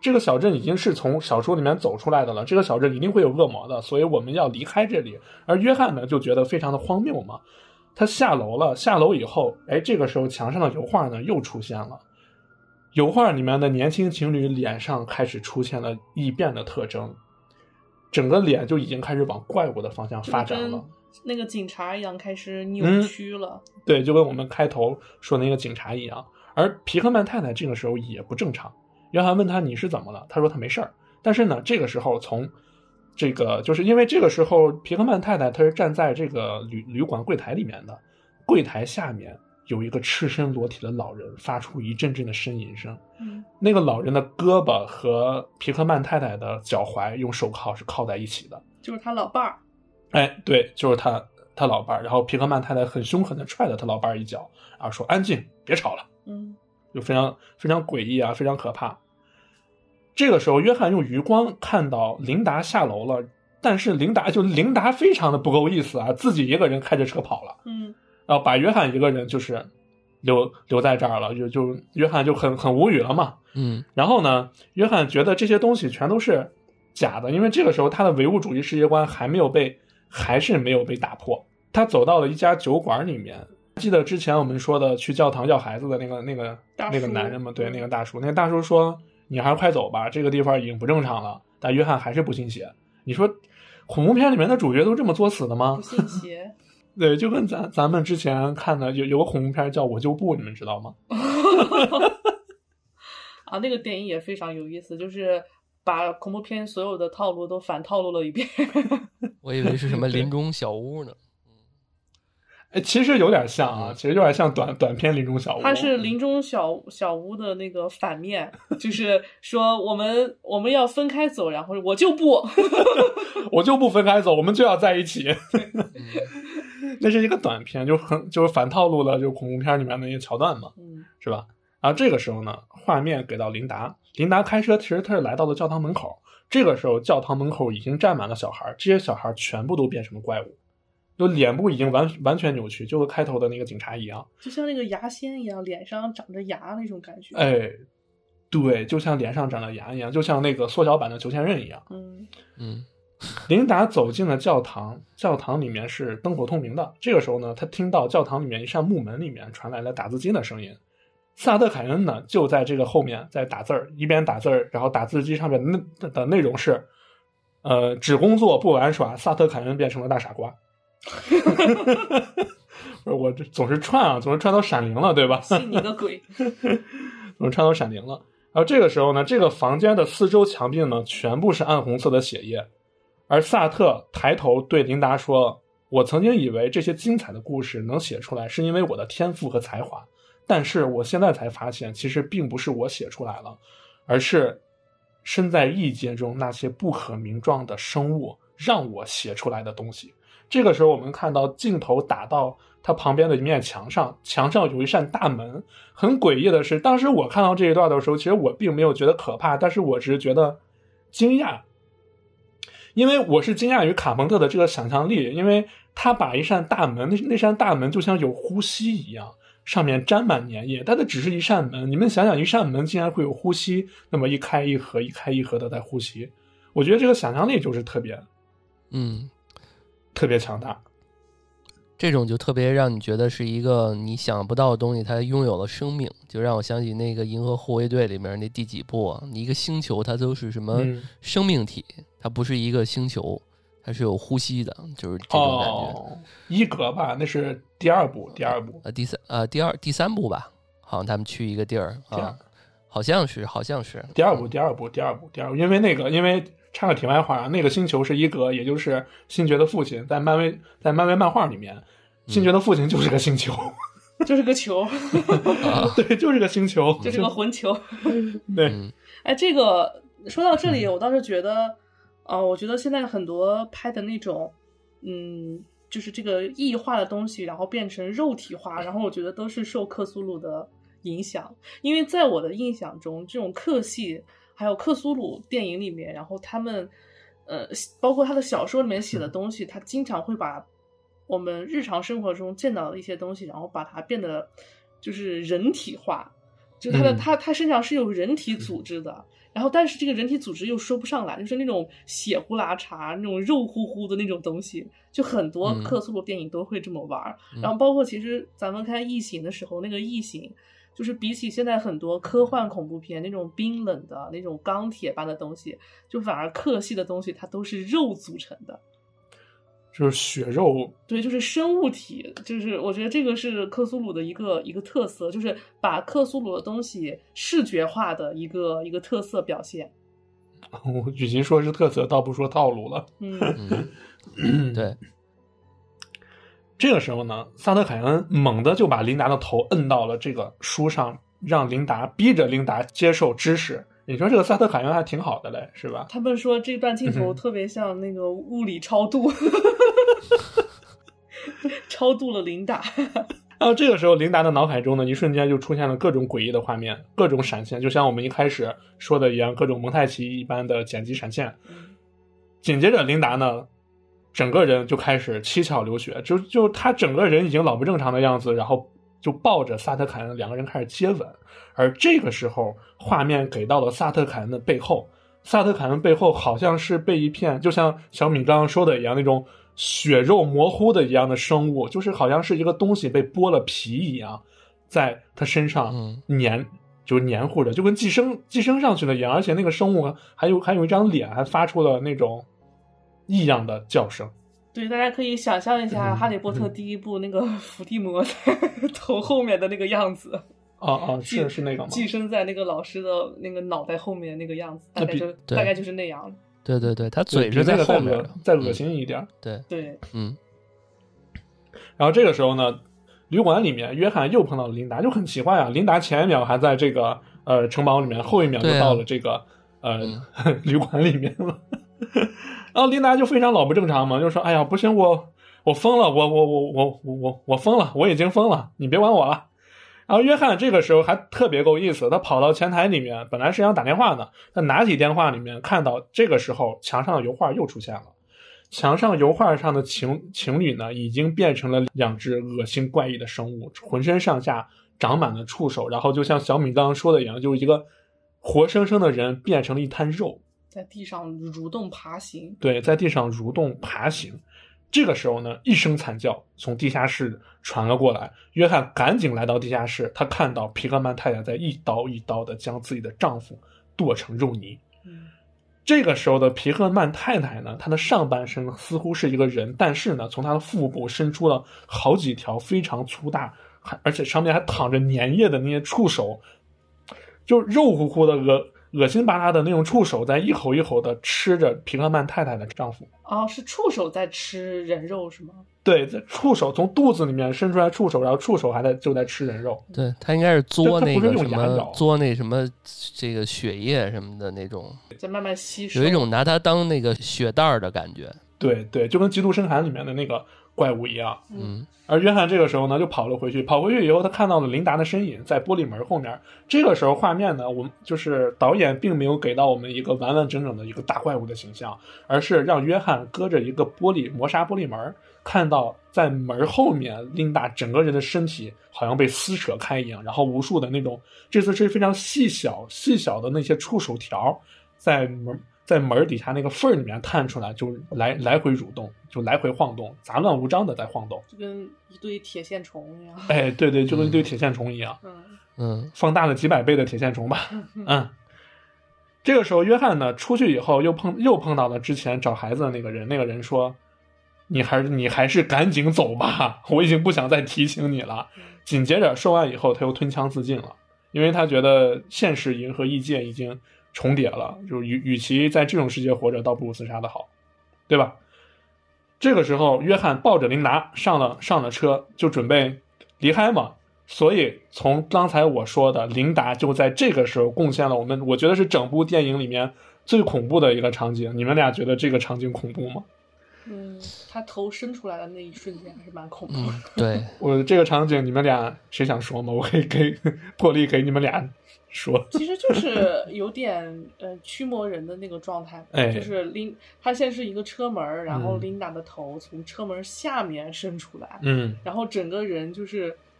这个小镇已经是从小说里面走出来的了，这个小镇一定会有恶魔的，所以我们要离开这里。而约翰呢就觉得非常的荒谬嘛，他下楼了，下楼以后，这个时候墙上的油画呢又出现了，油画里面的年轻情侣脸上开始出现了异变的特征，整个脸就已经开始往怪物的方向发展了， 那个警察一样开始扭曲了， 对，就跟我们开头说那个警察一样。而皮克曼太太这个时候也不正常，约翰问他你是怎么了，他说他没事儿。但是呢这个时候从这个就是因为这个时候皮克曼太太她是站在这个旅馆柜台里面的，柜台下面有一个赤身裸体的老人发出一阵阵的呻吟声，那个老人的胳膊和皮克曼太太的脚踝用手铐是铐在一起的， 就是他老伴儿。 对，就是他老伴儿。然后皮克曼太太很凶狠的踹了他老伴儿一脚，然后说安静，别吵了。就非常非常诡异啊，非常可怕。这个时候约翰用余光看到琳达下楼了，但是琳达非常的不够意思啊，自己一个人开着车跑了，然后把约翰一个人就是留在这儿了，就约翰就很无语了嘛。然后呢约翰觉得这些东西全都是假的，因为这个时候他的唯物主义世界观还是没有被打破。他走到了一家酒馆里面，记得之前我们说的去教堂要孩子的那个男人吗？对，那个大叔说你还是快走吧，这个地方已经不正常了。但约翰还是不信邪。你说恐怖片里面的主角都这么作死的吗？ 不信邪。 对，就跟咱们之前看的有个恐怖片叫我就不，你们知道吗？ 啊，那个电影也非常有意思，就是把恐怖片所有的套路都反套路了一遍。 我以为是什么林中小屋呢。 其实有点像啊，其实有点像短片林中小屋。 它是林中小屋的那个反面，就是说我们要分开走，然后我就不， 我就不分开走，我们就要在一起。那是一个短片，就是反套路了，就恐怖片里面的那些桥段嘛，是吧？然后这个时候呢，画面给到琳达开车，其实她是来到了教堂门口。这个时候教堂门口已经站满了小孩，这些小孩全部都变成了怪物。就脸部已经完全扭曲，就和开头的那个警察一样， 就像那个牙仙一样，脸上长着牙那种感觉。 对，就像脸上长着牙一样，就像那个缩小版的裘千仞一样。琳达走进了教堂，教堂里面是灯火通明的。这个时候呢，他听到教堂里面一扇木门里面传来了打字机的声音。萨特凯恩呢就在这个后面在打字儿，一边打字儿，然后打字机上面的内容是只工作不玩耍，萨特凯恩变成了大傻瓜。我这总是串到闪灵了，对吧？ 信你个鬼！ 总是串到闪灵了。然后这个时候呢，这个房间的四周墙壁呢全部是暗红色的血液，而萨特抬头对琳达说，我曾经以为这些精彩的故事能写出来是因为我的天赋和才华，但是我现在才发现其实并不是我写出来了，而是身在异界中那些不可名状的生物让我写出来的东西。这个时候我们看到镜头打到他旁边的一面墙上有一扇大门。很诡异的是，当时我看到这一段的时候，其实我并没有觉得可怕，但是我只是觉得惊讶，因为我是惊讶于卡朋特的这个想象力，因为他把一扇大门，那扇大门就像有呼吸一样，上面沾满粘液，但它只是一扇门，你们想想，一扇门竟然会有呼吸，那么一开一合一开一合的在呼吸，我觉得这个想象力就是特别强大， 这种就特别让你觉得是一个你想不到的东西，它拥有了生命，就让我想起那个银河护卫队里面那第几部啊，一个星球它都是什么生命体，它不是一个星球，它是有呼吸的，就是这种感觉。 伊格吧，那是第二部第三部吧，好像他们去一个地儿啊，好像是第二部，因为插个题外话，那个星球是伊格，也就是星爵的父亲，在漫威漫画里面，星爵的父亲就是个星球， 就是个球， 对，就是个星球， 就是个混球。 对， 这个说到这里，我倒是觉得，我觉得现在很多拍的那种，就是这个异化的东西，然后变成肉体化，然后我觉得都是受克苏鲁的影响，因为在我的印象中，这种克系还有克苏鲁电影里面，然后他们包括他的小说里面写的东西，他经常会把我们日常生活中见到的一些东西，然后把它变得就是人体化，就他身上是有人体组织的， 然后但是这个人体组织又说不上来，就是那种血呼啦嚓那种肉乎乎的那种东西，就很多克苏鲁电影都会这么玩。然后包括其实咱们看异形的时候，那个异形就是比起现在很多科幻恐怖片那种冰冷的那种钢铁般的东西，就反而克系的东西它都是肉组成的， 就是血肉。 对，就是生物体，就是我觉得这个是克苏鲁的一个特色，就是把克苏鲁的东西视觉化的一个特色表现。 我与其说是特色，倒不说套路了。 对。 这个时候呢，萨特凯恩猛地就把琳达的头摁到了这个书上，让逼着琳达接受知识。你说这个萨特凯恩还挺好的嘞，是吧？ 他们说这段镜头特别像那个物理超度，超度了琳达。 然后这个时候，琳达的脑海中呢，一瞬间就出现了各种诡异的画面，各种闪现，就像我们一开始说的一样，各种蒙太奇一般的剪辑闪现。紧接着，琳达呢，整个人就开始七窍流血，就他整个人已经老不正常的样子，然后就抱着萨特凯恩，两个人开始接吻。而这个时候，画面给到了萨特凯恩的背后，萨特凯恩背后好像是被一片，就像小米刚刚说的一样，那种血肉模糊的一样的生物，就是好像是一个东西被剥了皮一样，在他身上就黏糊着，就跟寄生上去的一样。而且那个生物还有一张脸，还发出了那种异样的叫声。 对，大家可以想象一下哈利波特第一部那个伏地魔在头后面的那个样子。 是那个吗？ 寄生在那个老师的那个脑袋后面那个样子，大概就是那样。 对对对，他嘴是在后面的， 再恶心一点。 对， 然后这个时候呢，旅馆里面约翰又碰到了琳达，就很奇怪啊，琳达前一秒还在这个城堡里面，后一秒就到了这个旅馆里面了。然后琳达就非常老不正常嘛，就说：“哎呀，不行，我疯了，我疯了，我已经疯了，你别管我了。”然后约翰这个时候还特别够意思，他跑到前台里面，本来是想打电话的，他拿起电话里面看到这个时候墙上的油画又出现了，墙上油画上的情侣呢，已经变成了两只恶心怪异的生物，浑身上下长满了触手，然后就像小米刚刚说的一样，就是一个活生生的人变成了一滩肉， 在地上蠕动爬行。 对，在地上蠕动爬行。这个时候呢，一声惨叫从地下室传了过来，约翰赶紧来到地下室，他看到皮克曼太太在一刀一刀的将自己的丈夫剁成肉泥。这个时候的皮克曼太太呢，她的上半身似乎是一个人，但是呢，从她的腹部伸出了好几条非常粗大，而且上面还淌着粘液的那些触手，就肉乎乎的恶心巴拉的那种触手，在一口一口的吃着皮克曼太太的丈夫。 是触手在吃人肉是吗？ 对，触手从肚子里面伸出来触手，然后触手就在吃人肉。 对，他应该是嘬那个什么，嘬那什么这个血液什么的那种， 在慢慢吸收， 有一种拿它当那个血袋的感觉。 对对，就跟《极度深寒》里面的那个怪物一样。而约翰这个时候呢，就跑回去以后，他看到了琳达的身影在玻璃门后面。这个时候画面呢，我们就是导演并没有给到我们一个完完整整的一个大怪物的形象，而是让约翰隔着一个磨砂玻璃门，看到在门后面琳达整个人的身体好像被撕扯开一样，然后无数的那种，这次是非常细小的那些触手条在门底下那个缝里面探出来，就来回蠕动，就来回晃动，杂乱无章的在晃动， 就跟一堆铁线虫一样。 哎，对对，就跟一堆铁线虫一样。放大了几百倍的铁线虫吧。这个时候约翰呢出去以后又碰到了之前找孩子的那个人说：“你还是赶紧走吧，我已经不想再提醒你了。”紧接着说完以后，他又吞枪自尽了，因为他觉得现实银和异界已经重叠了，就与其在这种世界活着，倒不如自杀的好，对吧？这个时候约翰抱着琳达上了车，就准备离开嘛。所以从刚才我说的，琳达就在这个时候贡献了我觉得是整部电影里面最恐怖的一个场景。你们俩觉得这个场景恐怖吗？ 他头伸出来的那一瞬间还是蛮恐怖的。 对， 我这个场景你们俩谁想说吗？我可以破例给你们俩说。 其实就是有点驱魔人的那个状态，就是他先是一个车门，然后琳达的头从车门下面伸出来，然后整个人就是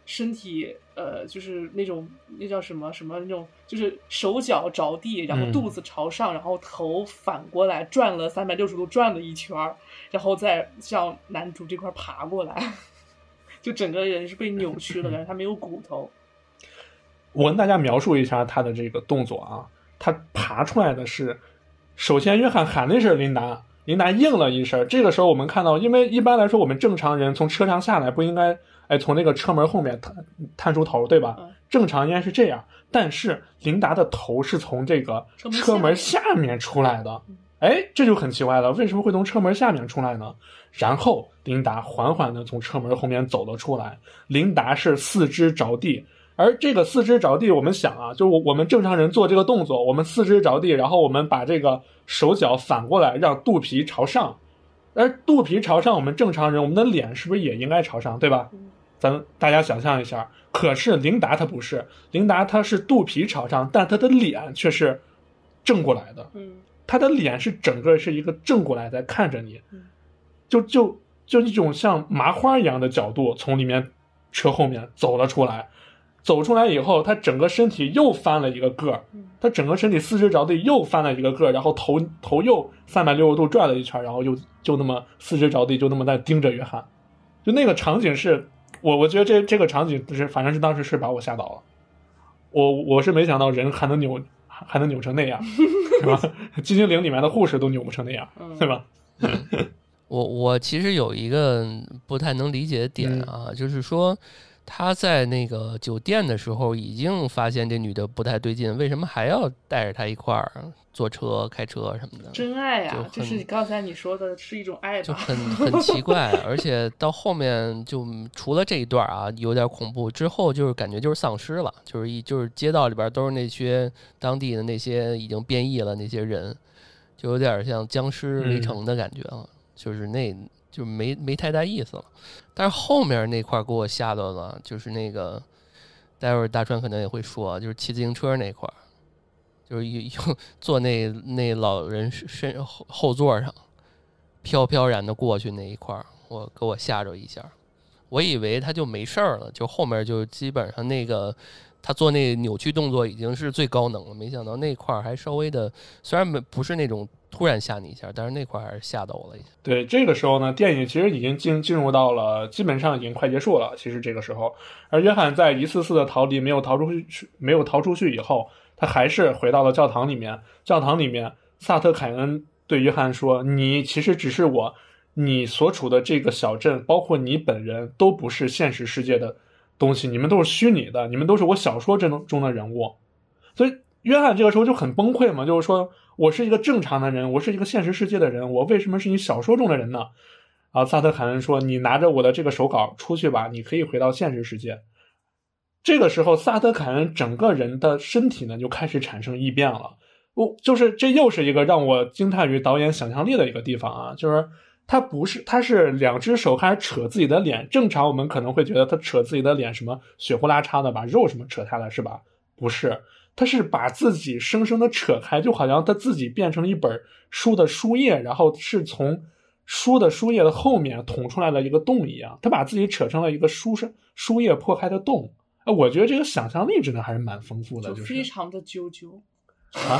身体就是那叫什么那种，就是手脚着地，然后肚子朝上，然后头反过来转了360度转了一圈，然后再向男主这块爬过来，就整个人是被扭曲了，他没有骨头。 我跟大家描述一下他的这个动作啊，他爬出来的是，首先约翰喊了一声琳达，琳达应了一声。这个时候我们看到，因为一般来说我们正常人从车上下来不应该从那个车门后面探出头，对吧？正常应该是这样，但是琳达的头是从这个车门下面出来的。这就很奇怪了，为什么会从车门下面出来呢？然后琳达缓缓地从车门后面走了出来，琳达是四肢着地，而这个四肢着地，我们想啊，就我们正常人做这个动作，我们四肢着地，然后我们把这个手脚反过来，让肚皮朝上，而肚皮朝上，我们正常人，我们的脸是不是也应该朝上，对吧？大家想象一下，可是琳达她不是，琳达她是肚皮朝上，但她的脸却是正过来的。她的脸是整个是一个正过来在看着你，就一种像麻花一样的角度从里面车后面走了出来。走出来以后，他整个身体又翻了一个个，他整个身体四肢着地又翻了一个个，然后头又360度转了一圈，然后就那么四肢着地，就那么在盯着约翰。就那个场景是我觉得这个场景是反正是当时是把我吓到了。我是没想到人还能扭成那样，是吧？寂静岭里面的护士都扭不成那样，对吧？ 我其实有一个不太能理解的点啊，就是说他在那个酒店的时候已经发现这女的不太对劲，为什么还要带着她一块儿坐车开车什么的？ 真爱啊，就是刚才你说的是一种爱吧， 就很奇怪。而且到后面就除了这一段啊有点恐怖之后，就是感觉就是丧尸了，就是街道里边都是那些当地的那些已经变异了那些人，就有点像僵尸围城的感觉了，就是就没太大意思了。但是后面那块给我吓到了，就是那个待会儿大川可能也会说，就是骑自行车那块，就是坐那老人后座上飘飘然的过去那一块，给我吓着一下。我以为他就没事了，就后面就基本上那个他做那扭曲动作已经是最高能了，没想到那块还稍微的，虽然不是那种突然吓你一下，但是那块还是吓到我了一下。 对，这个时候呢，电影其实已经进入到了基本上已经快结束了。其实这个时候，而约翰在一次次的逃离没有逃出去以后，他还是回到了教堂里面。教堂里面，萨特凯恩对约翰说：“你其实只是你所处的这个小镇，包括你本人，都不是现实世界的东西，你们都是虚拟的，你们都是我小说中的人物。”所以约翰这个时候就很崩溃嘛，就是说我是一个正常的人，我是一个现实世界的人，我为什么是你小说中的人呢？萨特凯恩说：“你拿着我的这个手稿出去吧，你可以回到现实世界。”这个时候，萨特凯恩整个人的身体呢就开始产生异变了。就是这又是一个让我惊叹于导演想象力的一个地方啊，就是他是两只手开始扯自己的脸，正常我们可能会觉得他扯自己的脸什么血呼啦叉的把肉什么扯下来是吧？不是，他是把自己生生的扯开，就好像他自己变成了一本书的书页，然后是从书的书页的后面捅出来了一个洞一样，他把自己扯成了一个书页破开的洞。我觉得这个想象力真的还是蛮丰富的，就是非常的啾啾啊。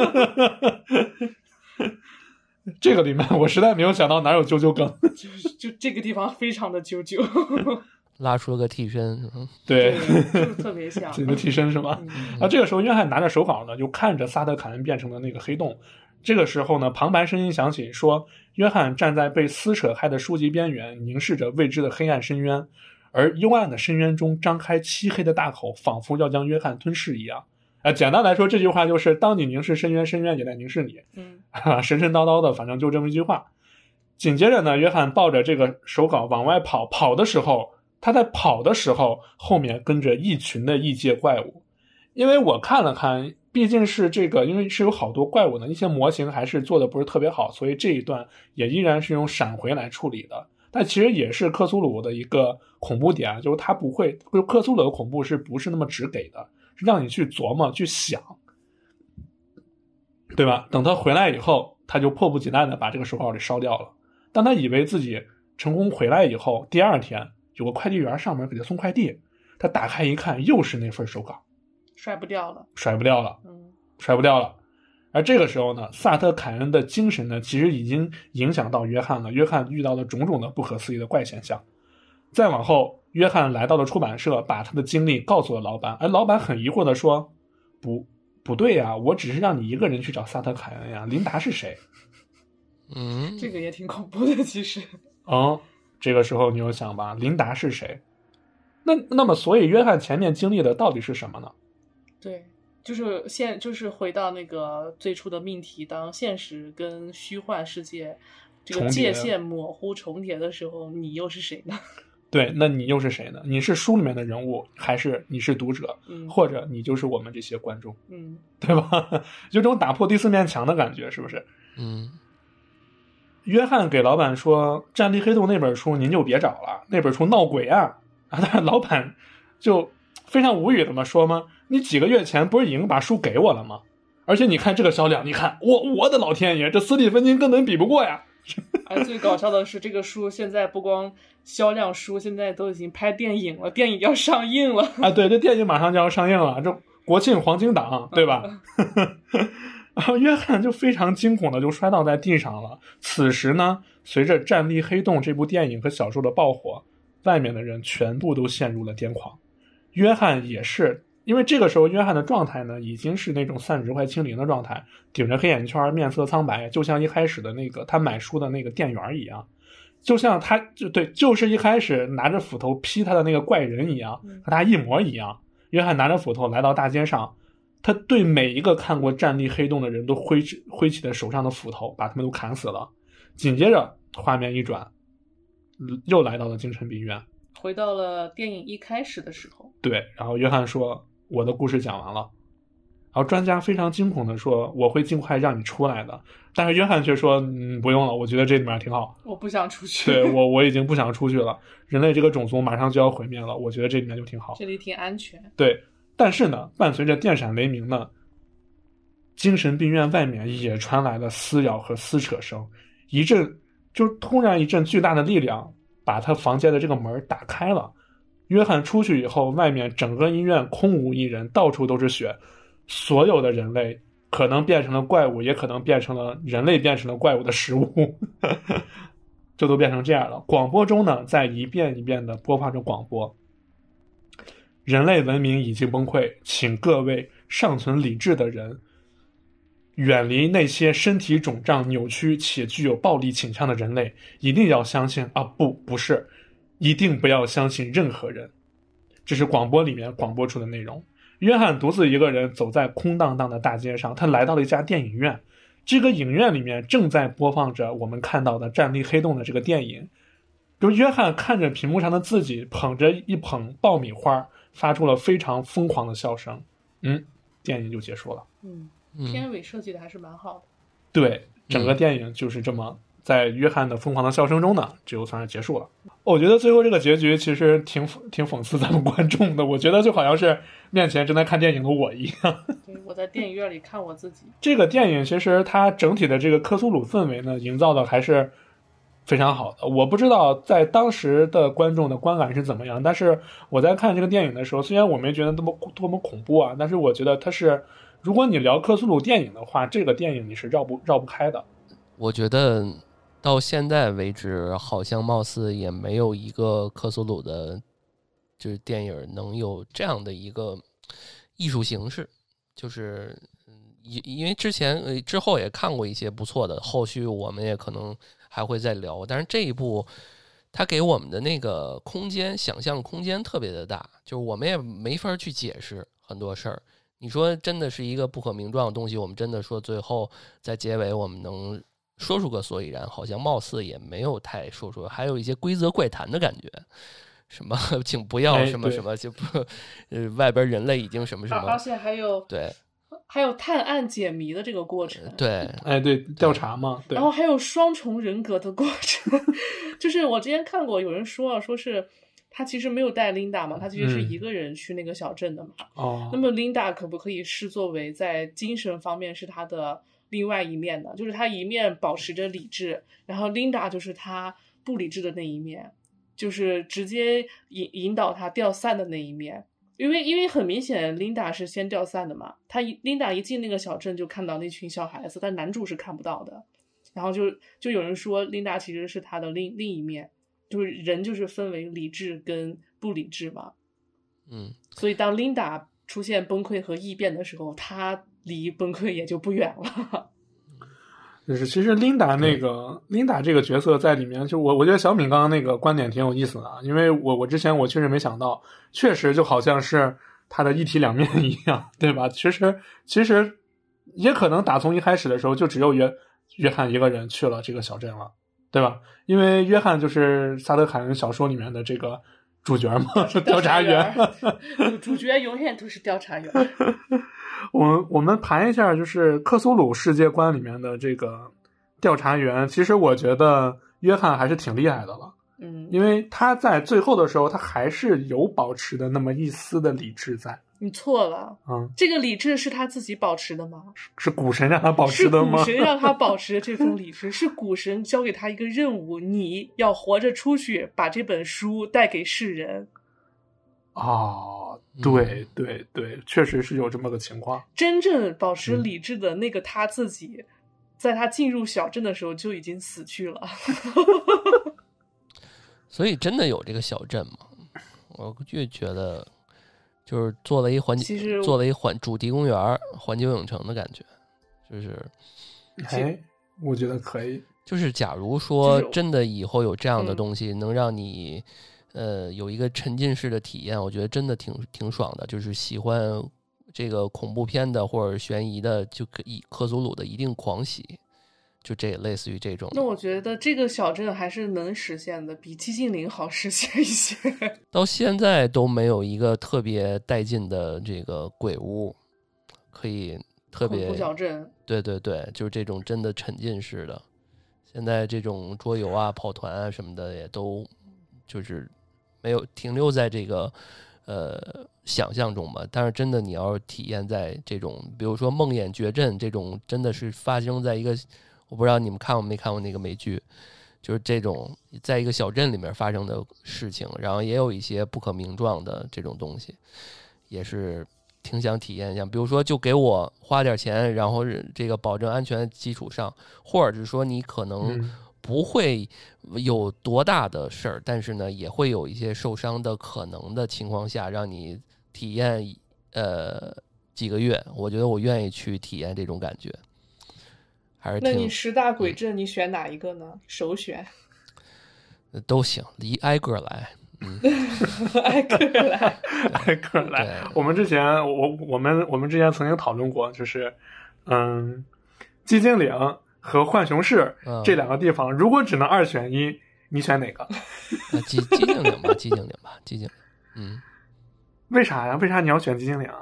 这个里面我实在没有想到哪有啾啾梗， 就这个地方非常的啾啾， 拉出了个替身， 对， 特别像自己的替身是吧？这个时候约翰拿着手稿呢，就看着萨特凯恩变成了那个黑洞。这个时候呢，旁白声音响起，说约翰站在被撕扯开的书籍边缘，凝视着未知的黑暗深渊，而幽暗的深渊中张开漆黑的大口，仿佛要将约翰吞噬一样。简单来说，这句话就是当你凝视深渊，深渊也在凝视你。神神叨叨的，反正就这么一句话。紧接着呢，约翰抱着这个手稿往外跑的时候，他在跑的时候后面跟着一群的异界怪物。因为我看了看，毕竟是这个，因为是有好多怪物的，一些模型还是做的不是特别好，所以这一段也依然是用闪回来处理的。但其实也是克苏鲁的一个恐怖点，就是它不会，克苏鲁的恐怖是不是那么直给的，是让你去琢磨去想，对吧？等他回来以后，他就迫不及待的把这个手稿给烧掉了。当他以为自己成功回来以后，第二天有个快递员上门给他送快递， 他打开一看，又是那份手稿， 甩不掉了。 而这个时候呢，萨特凯恩的精神呢，其实已经影响到约翰了。约翰遇到了种种的不可思议的怪现象。再往后，约翰来到了出版社，把他的经历告诉了老板，而老板很疑惑的说：“不对呀，我只是让你一个人去找萨特凯恩呀，琳达是谁？” 这个也挺恐怖的，其实。 这个时候你有想吧，琳达是谁？那么，所以约翰前面经历的到底是什么呢？ 对，就是回到那个最初的命题，当现实跟虚幻世界这个界限模糊重叠的时候，你又是谁呢？ 对，那你又是谁呢？你是书里面的人物，还是你是读者，或者你就是我们这些观众，对吧？有种打破第四面墙的感觉，是不是？约翰给老板说：“战地黑洞那本书您就别找了，那本书闹鬼啊！”但是老板就非常无语的说吗？你几个月前不是已经把书给我了吗？而且你看这个销量，你看我的老天爷，这斯蒂芬金根本比不过呀！ 最搞笑的是，这个书现在不光销量书，现在都已经拍电影了，电影要上映了啊！对，这电影马上就要上映了，这国庆黄金档，对吧？然后约翰就非常惊恐的就摔倒在地上了。此时呢，随着《战地黑洞》这部电影和小说的爆火，外面的人全部都陷入了癫狂。约翰也是，因为这个时候约翰的状态呢，已经是那种散值快清零的状态，顶着黑眼圈，面色苍白，就像一开始的那个他买书的那个店员一样，就像他就是一开始拿着斧头劈他的那个怪人一样，和他一模一样。约翰拿着斧头来到大街上，他对每一个看过《战地黑洞》的人都挥起了手上的斧头，把他们都砍死了。紧接着画面一转，又来到了精神病院， 回到了电影一开始的时候。 对，然后约翰说：“我的故事讲完了。”然后专家非常惊恐的说：“我会尽快让你出来的。”但是约翰却说：“不用了，我觉得这里面挺好， 我不想出去。” 对，我已经不想出去了。人类这个种族马上就要毁灭了，我觉得这里面就挺好， 这里挺安全。 对，但是呢，伴随着电闪雷鸣呢，精神病院外面也传来了撕咬和撕扯声，突然一阵巨大的力量把他房间的这个门打开了。约翰出去以后，外面整个医院空无一人，到处都是血，所有的人类可能变成了怪物，也可能变成了人类变成了怪物的食物就都变成这样了。广播中呢，在一遍一遍的播放着广播：人类文明已经崩溃，请各位尚存理智的人远离那些身体肿胀、扭曲且具有暴力倾向的人类，一定要相信不是，一定不要相信任何人。这是广播里面广播出的内容。约翰独自一个人走在空荡荡的大街上，他来到了一家电影院。这个影院里面正在播放着我们看到的《战地黑洞》的这个电影。就约翰看着屏幕上的自己，捧着一捧爆米花，发出了非常疯狂的笑声。电影就结束了。 片尾设计的还是蛮好的。 对，整个电影就是这么在约翰的疯狂的笑声中呢，就算是结束了。我觉得最后这个结局其实挺讽刺咱们观众的，我觉得就好像是面前正在看电影的我一样。 对，我在电影院里看我自己。 这个电影其实它整体的这个克苏鲁氛围呢，营造的还是非常好的。我不知道在当时的观众的观感是怎么样，但是我在看这个电影的时候，虽然我没觉得多么恐怖啊，但是我觉得它是，如果你聊克苏鲁电影的话，这个电影你是绕不开的。 我觉得到现在为止，好像貌似也没有一个克苏鲁的就是电影能有这样的一个艺术形式，就是因为之后也看过一些不错的，后续我们也可能还会再聊，但是这一部它给我们的那个空间，想象空间特别的大，就是我们也没法去解释很多事儿。你说真的是一个不可名状的东西，我们真的说最后在结尾我们能说出个所以然，好像貌似也没有太说出，还有一些规则怪谈的感觉，什么请不要什么什么，就不外边人类已经什么什么， 而且还有对， 还有探案解谜的这个过程， 对， 对，调查嘛，对， 然后还有双重人格的过程，就是我之前看过有人说是他其实没有带 Linda 嘛，他其实是一个人去那个小镇的嘛。那么 Linda 可不可以视作为在精神方面是他的另外一面呢？就是他一面保持着理智，然后 Linda 就是他不理智的那一面。 就是直接引导他掉散的那一面。因为很明显 Linda 是先掉散的嘛，Linda 一进那个小镇就看到那群小孩子，但男主是看不到的。然后就有人说 Linda 其实是他的另一面，就是人就是分为理智跟不理智嘛。所以当 Linda 出现崩溃和异变的时候，他离崩溃也就不远了。 就是其实 Linda 这个角色在里面，就我觉得小敏刚刚那个观点挺有意思的啊，因为我之前我确实没想到，确实就好像是他的一体两面一样，对吧？其实也可能打从一开始的时候就只有约翰一个人去了这个小镇了，对吧？因为约翰就是萨德凯恩小说里面的这个主角嘛，是调查员， 主角永远都是调查员。 我们谈一下就是克苏鲁世界观里面的这个调查员，其实我觉得约翰还是挺厉害的了。因为他在最后的时候他还是有保持的那么一丝的理智在。 你错了，这个理智是他自己保持的吗？ 是股神让他保持的吗？ 是股神让他保持这份理智，是股神交给他一个任务，你要活着出去把这本书带给世人。 对，确实是有这么个情况。 真正保持理智的那个他自己，在他进入小镇的时候就已经死去了。 所以真的有这个小镇吗？我就觉得就是做了一主题公园、环球影城的感觉，就是我觉得可以。 就是假如说真的以后有这样的东西，能让你有一个沉浸式的体验，我觉得真的挺爽的。就是喜欢这个恐怖片的或者悬疑的，就可以克苏鲁的一定狂喜，就这类似于这种。 那我觉得这个小镇还是能实现的，比寂静岭好实现一些。 到现在都没有一个特别带劲的这个鬼屋，可以特别恐怖小镇。 对，就是这种真的沉浸式的。现在这种桌游啊、跑团啊什么的也都就是没有停留在这个想象中吧。但是真的你要体验在这种比如说梦魇绝阵这种，真的是发生在一个，我不知道你们看过没看过那个美剧，就是这种在一个小镇里面发生的事情，然后也有一些不可名状的这种东西，也是挺想体验一下。比如说就给我花点钱，然后这个保证安全的基础上，或者是说你可能不会有多大的事儿，但是呢也会有一些受伤的可能的情况下，让你体验几个月，我觉得我愿意去体验这种感觉。还是那你10大鬼镇你选哪一个呢？首选都行，挨个来。 挨个来。我们之前我们之前曾经讨论过，就是寂静岭和浣熊市这两个地方，如果只能2选1，你选哪个？ 寂静岭吧，寂静岭。 为啥呀？为啥你要选寂静岭？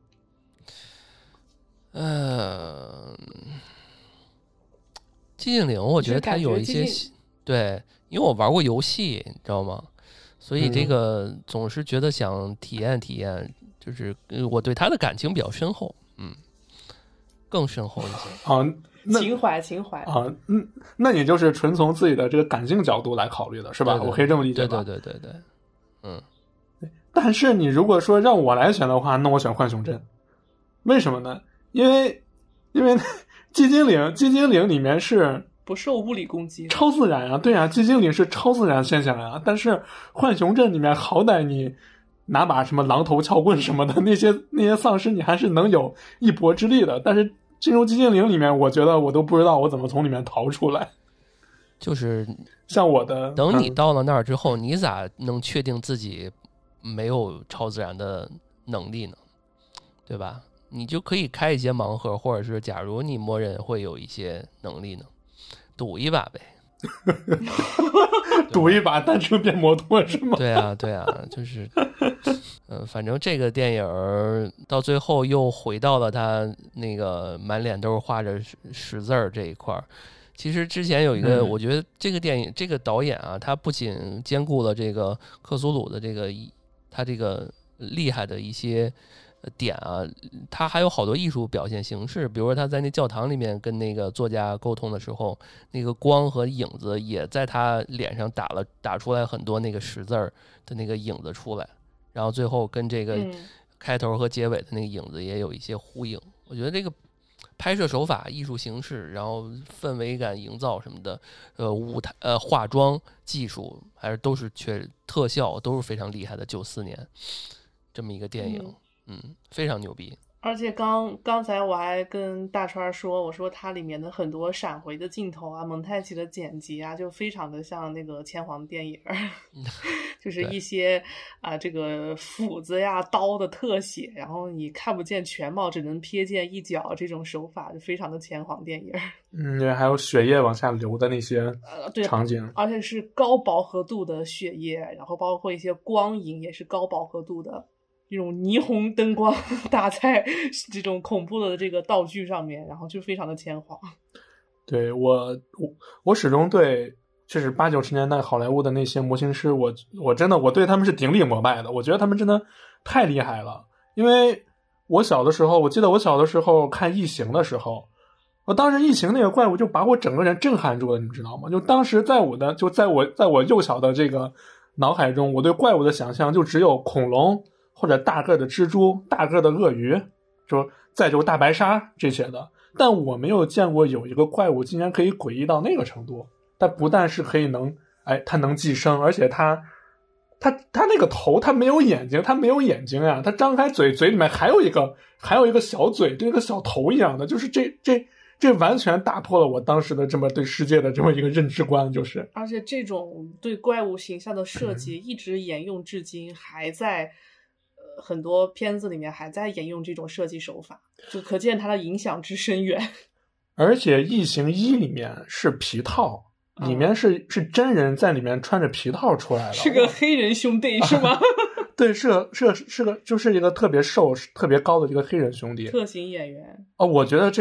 寂静岭我觉得它有一些对，因为我玩过游戏你知道吗，所以这个总是觉得想体验体验，就是我对它的感情比较深厚，更深厚一些。 情怀啊， 那你就是纯从自己的这个感性角度来考虑的是吧？ 对对对， 我可以这么理解吧？ 对， 但是你如果说让我来选的话，那我选浣熊镇。为什么呢？因为寂静岭里面是不受物理攻击， 超自然啊，对啊，寂静岭是超自然现象啊。但是浣熊镇里面好歹你拿把什么榔头撬棍什么的，那些丧尸你还是能有一搏之力的。但是进入寂静岭里面，我觉得我都不知道我怎么从里面逃出来。 就是像我的等你到了那儿之后，你咋能确定自己没有超自然的能力呢？对吧？你就可以开一些盲盒，或者是假如你默认会有一些能力呢，赌一把呗。 赌一把单车变摩托是吗？ 对啊，就是反正这个电影到最后又回到了他那个满脸都是画着识字儿这一块儿。其实之前有一个，我觉得这个电影这个导演啊，他不仅兼顾了这个克苏鲁的这个他这个厉害的一些点啊，他还有好多艺术表现形式，比如说他在那教堂里面跟那个作家沟通的时候，那个光和影子也在他脸上打出来很多那个十字的那个影子出来，然后最后跟这个开头和结尾的那个影子也有一些呼应。我觉得这个拍摄手法、艺术形式，然后氛围感营造什么的，舞台化妆技术还是都是特效都是非常厉害的。94年这么一个电影，非常牛逼。 而且刚才我还跟大川说，我说它里面的很多闪回的镜头啊，蒙太奇的剪辑啊，就非常的像那个千皇电影，就是一些这个斧子呀、刀的特写，然后你看不见全貌，只能瞥见一角，这种手法就非常的千皇电影。 对，还有血液往下流的那些场景， 而且是高饱和度的血液，然后包括一些光影也是高饱和度的。这种霓虹灯光打在这种恐怖的这个道具上面，然后就非常的千皇。 对，我始终对就是80、90年代好莱坞的那些模型师，我真的我对他们是顶礼膜拜的。我觉得他们真的太厉害了。因为我小的时候，我记得我小的时候看异形的时候，我当时异形那个怪物就把我整个人震撼住了，你知道吗？就当时在我幼小的这个脑海中，我对怪物的想象就只有恐龙或者大个的蜘蛛、大个的鳄鱼，再就大白鲨这些的。但我没有见过有一个怪物竟然可以诡异到那个程度。它不但是可以它能寄生，而且它那个头它没有眼睛，它没有眼睛啊，它张开嘴里面还有一个小嘴，跟一个小头一样的，就是这完全打破了我当时的这么对世界的这么一个认知观，就是。 而且这种对怪物形象的设计一直沿用至今，还在很多片子里面还在沿用这种设计手法，就可见它的影响之深远。 而且异形1里面是皮套，里面是真人在里面穿着皮套出来了， 是个黑人兄弟是吗？ 对，是个就是一个特别瘦特别高的一个黑人兄弟， 特型演员。 我觉得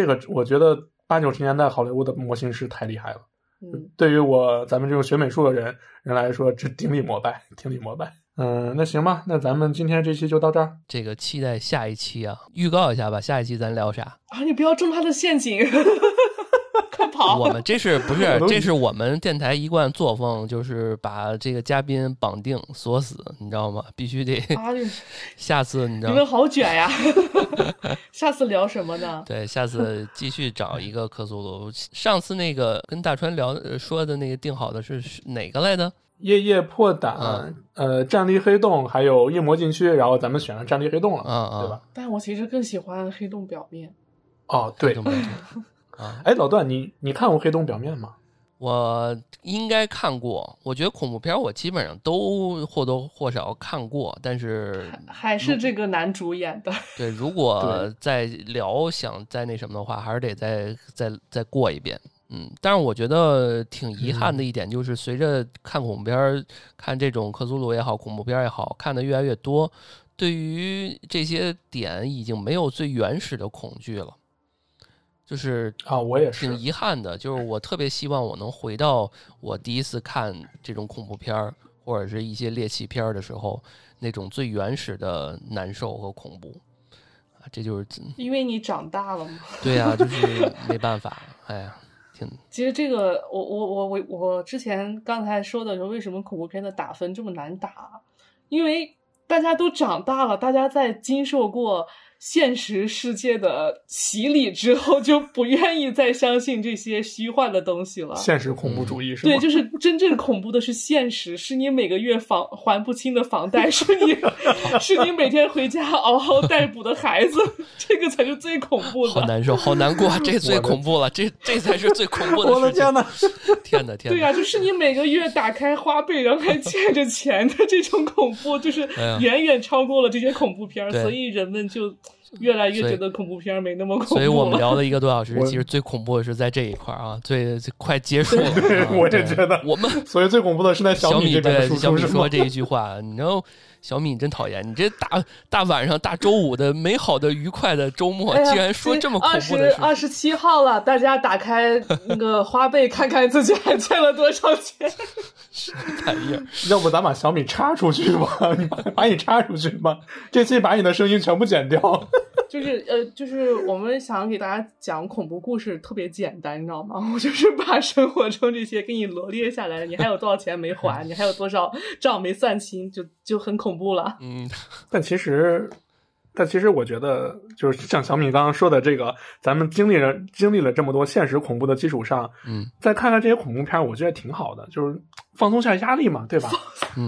80、90年代好莱坞的模型师太厉害了。对于咱们这种学美术的人来说，这顶礼膜拜。那行吧，那咱们今天这期就到这儿。 这个期待下一期啊，预告一下吧，下一期咱聊啥啊？你不要中他的陷阱，快跑！ 我们这是我们电台一贯作风，就是把这个嘉宾绑定锁死，你知道吗？必须得下次你知道你们好卷呀！下次聊什么呢？ 对，下次继续找一个克苏鲁。上次那个跟大川说的那个定好的是哪个来的？ 夜夜破胆，战慄黑洞，还有夜魔禁区，然后咱们选了战慄黑洞了，对吧？ 但我其实更喜欢黑洞表面。 哦，对。哎，老段，你看过黑洞表面吗？ 我应该看过，我觉得恐怖片我基本上都或多或少看过，但是还是这个男主演的。 对，如果再聊想再那什么的话，还是得再过一遍。但是我觉得挺遗憾的一点就是，随着看恐怖片、看这种克苏鲁也好，恐怖片也好，看的越来越多，对于这些点已经没有最原始的恐惧了。就是我也是挺遗憾的，就是我特别希望我能回到我第一次看这种恐怖片或者是一些猎奇片的时候，那种最原始的难受和恐怖这就是因为你长大了嘛。 对啊，就是没办法。哎呀， 其实这个我之前刚才说的时候，为什么恐怖片的打分这么难打？因为大家都长大了，大家在经受过现实世界的洗礼之后，就不愿意再相信这些虚幻的东西了。 现实恐怖主义是吗？ 对，就是真正恐怖的是现实，是你每个月还不清的房贷，是你每天回家嗷嗷待哺的孩子，这个才是最恐怖的。 好难受，好难过，这最恐怖了，这才是最恐怖的事情。 我的天哪！ 天哪！ 对啊，就是你每个月打开花呗，然后还欠着钱的这种恐怖，就是远远超过了这些恐怖片，所以人们就越来越觉得恐怖片没那么恐怖。 所以我们聊了1个多小时，其实最恐怖的是在这一块啊，最快结束了。 对，我也觉得。 我们所以最恐怖的是在小米这边的输出。 小米说这一句话，你知道。小米你真讨厌，你这大晚上大周五的美好的愉快的周末，竟然说这么恐怖的事。 27号了，大家打开那个花呗看看自己还欠了多少钱。 要不咱把小米插出去吧？你把你插出去吧，这期把你的声音全部剪掉。 就是我们想给大家讲恐怖故事特别简单，你知道吗？我就是把生活中这些给你罗列下来，你还有多少钱没还，你还有多少账没算清，就很恐怖了。 但其实我觉得，就是像小米刚刚说的这个，咱们经历了这么多现实恐怖的基础上，再看看这些恐怖片，我觉得挺好的，就是放松下压力嘛，对吧？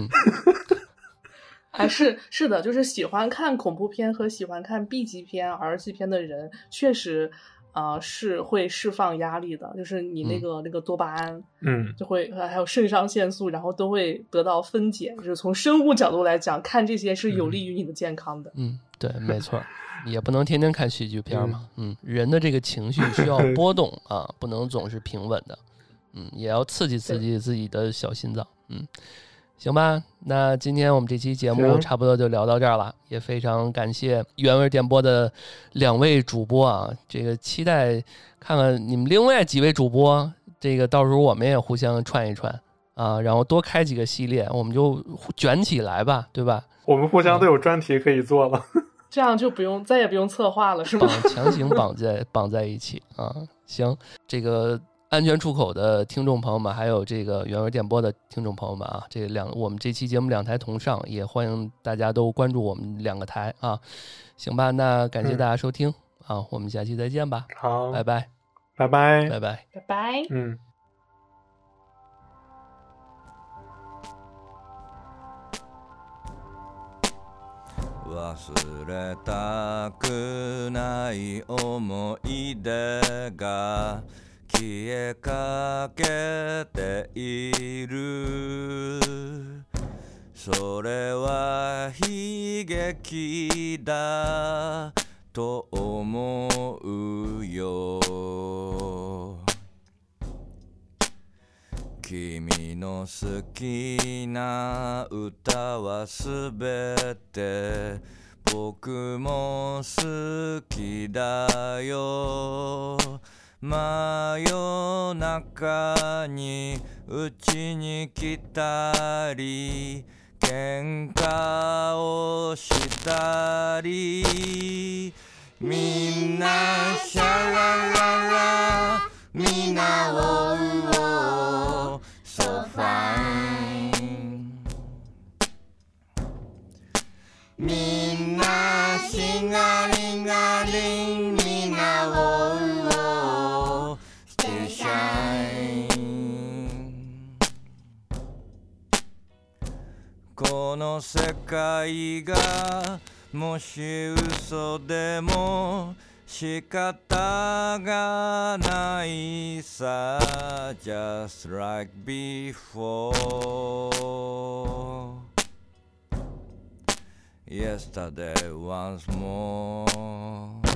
还是的，就是喜欢看恐怖片和喜欢看 B 级片、R 级片的人，确实是会释放压力的，就是你那个多巴胺，就会还有肾上腺素，然后都会得到分解。就是从生物角度来讲，看这些是有利于你的健康的。 对，没错，也不能天天看喜剧片嘛。人的这个情绪需要波动啊，不能总是平稳的。也要刺激自己的小心脏。行吧，那今天我们这期节目差不多就聊到这儿了，也非常感谢原味电波的2位主播啊，这个期待看看你们另外几位主播，这个到时候我们也互相串一串啊，然后多开几个系列，我们就卷起来吧，对吧？ 我们互相都有专题可以做了， 这样就再也不用策划了，是吗？ 强行绑在一起啊！行，这个。安全出口的听众朋友们，还有这个原味电波的听众朋友们啊，我们这期节目2台同上，也欢迎大家都关注我们2个台啊。行吧，那感谢大家收听啊，我们下期再见吧。 好， 拜拜， 拜拜， 拜拜， 拜拜。 忘れたくない思い出が消えかけているそれは悲劇だと思うよ君の好きな歌はすべて僕も好きだよ真夜中にうちに来たり喧嘩をしたりみんなシャラララみんなをSo fine みんなしがりがりみんなをStill shine この世界がもし嘘でも仕方がないさ Just like before Yesterday once more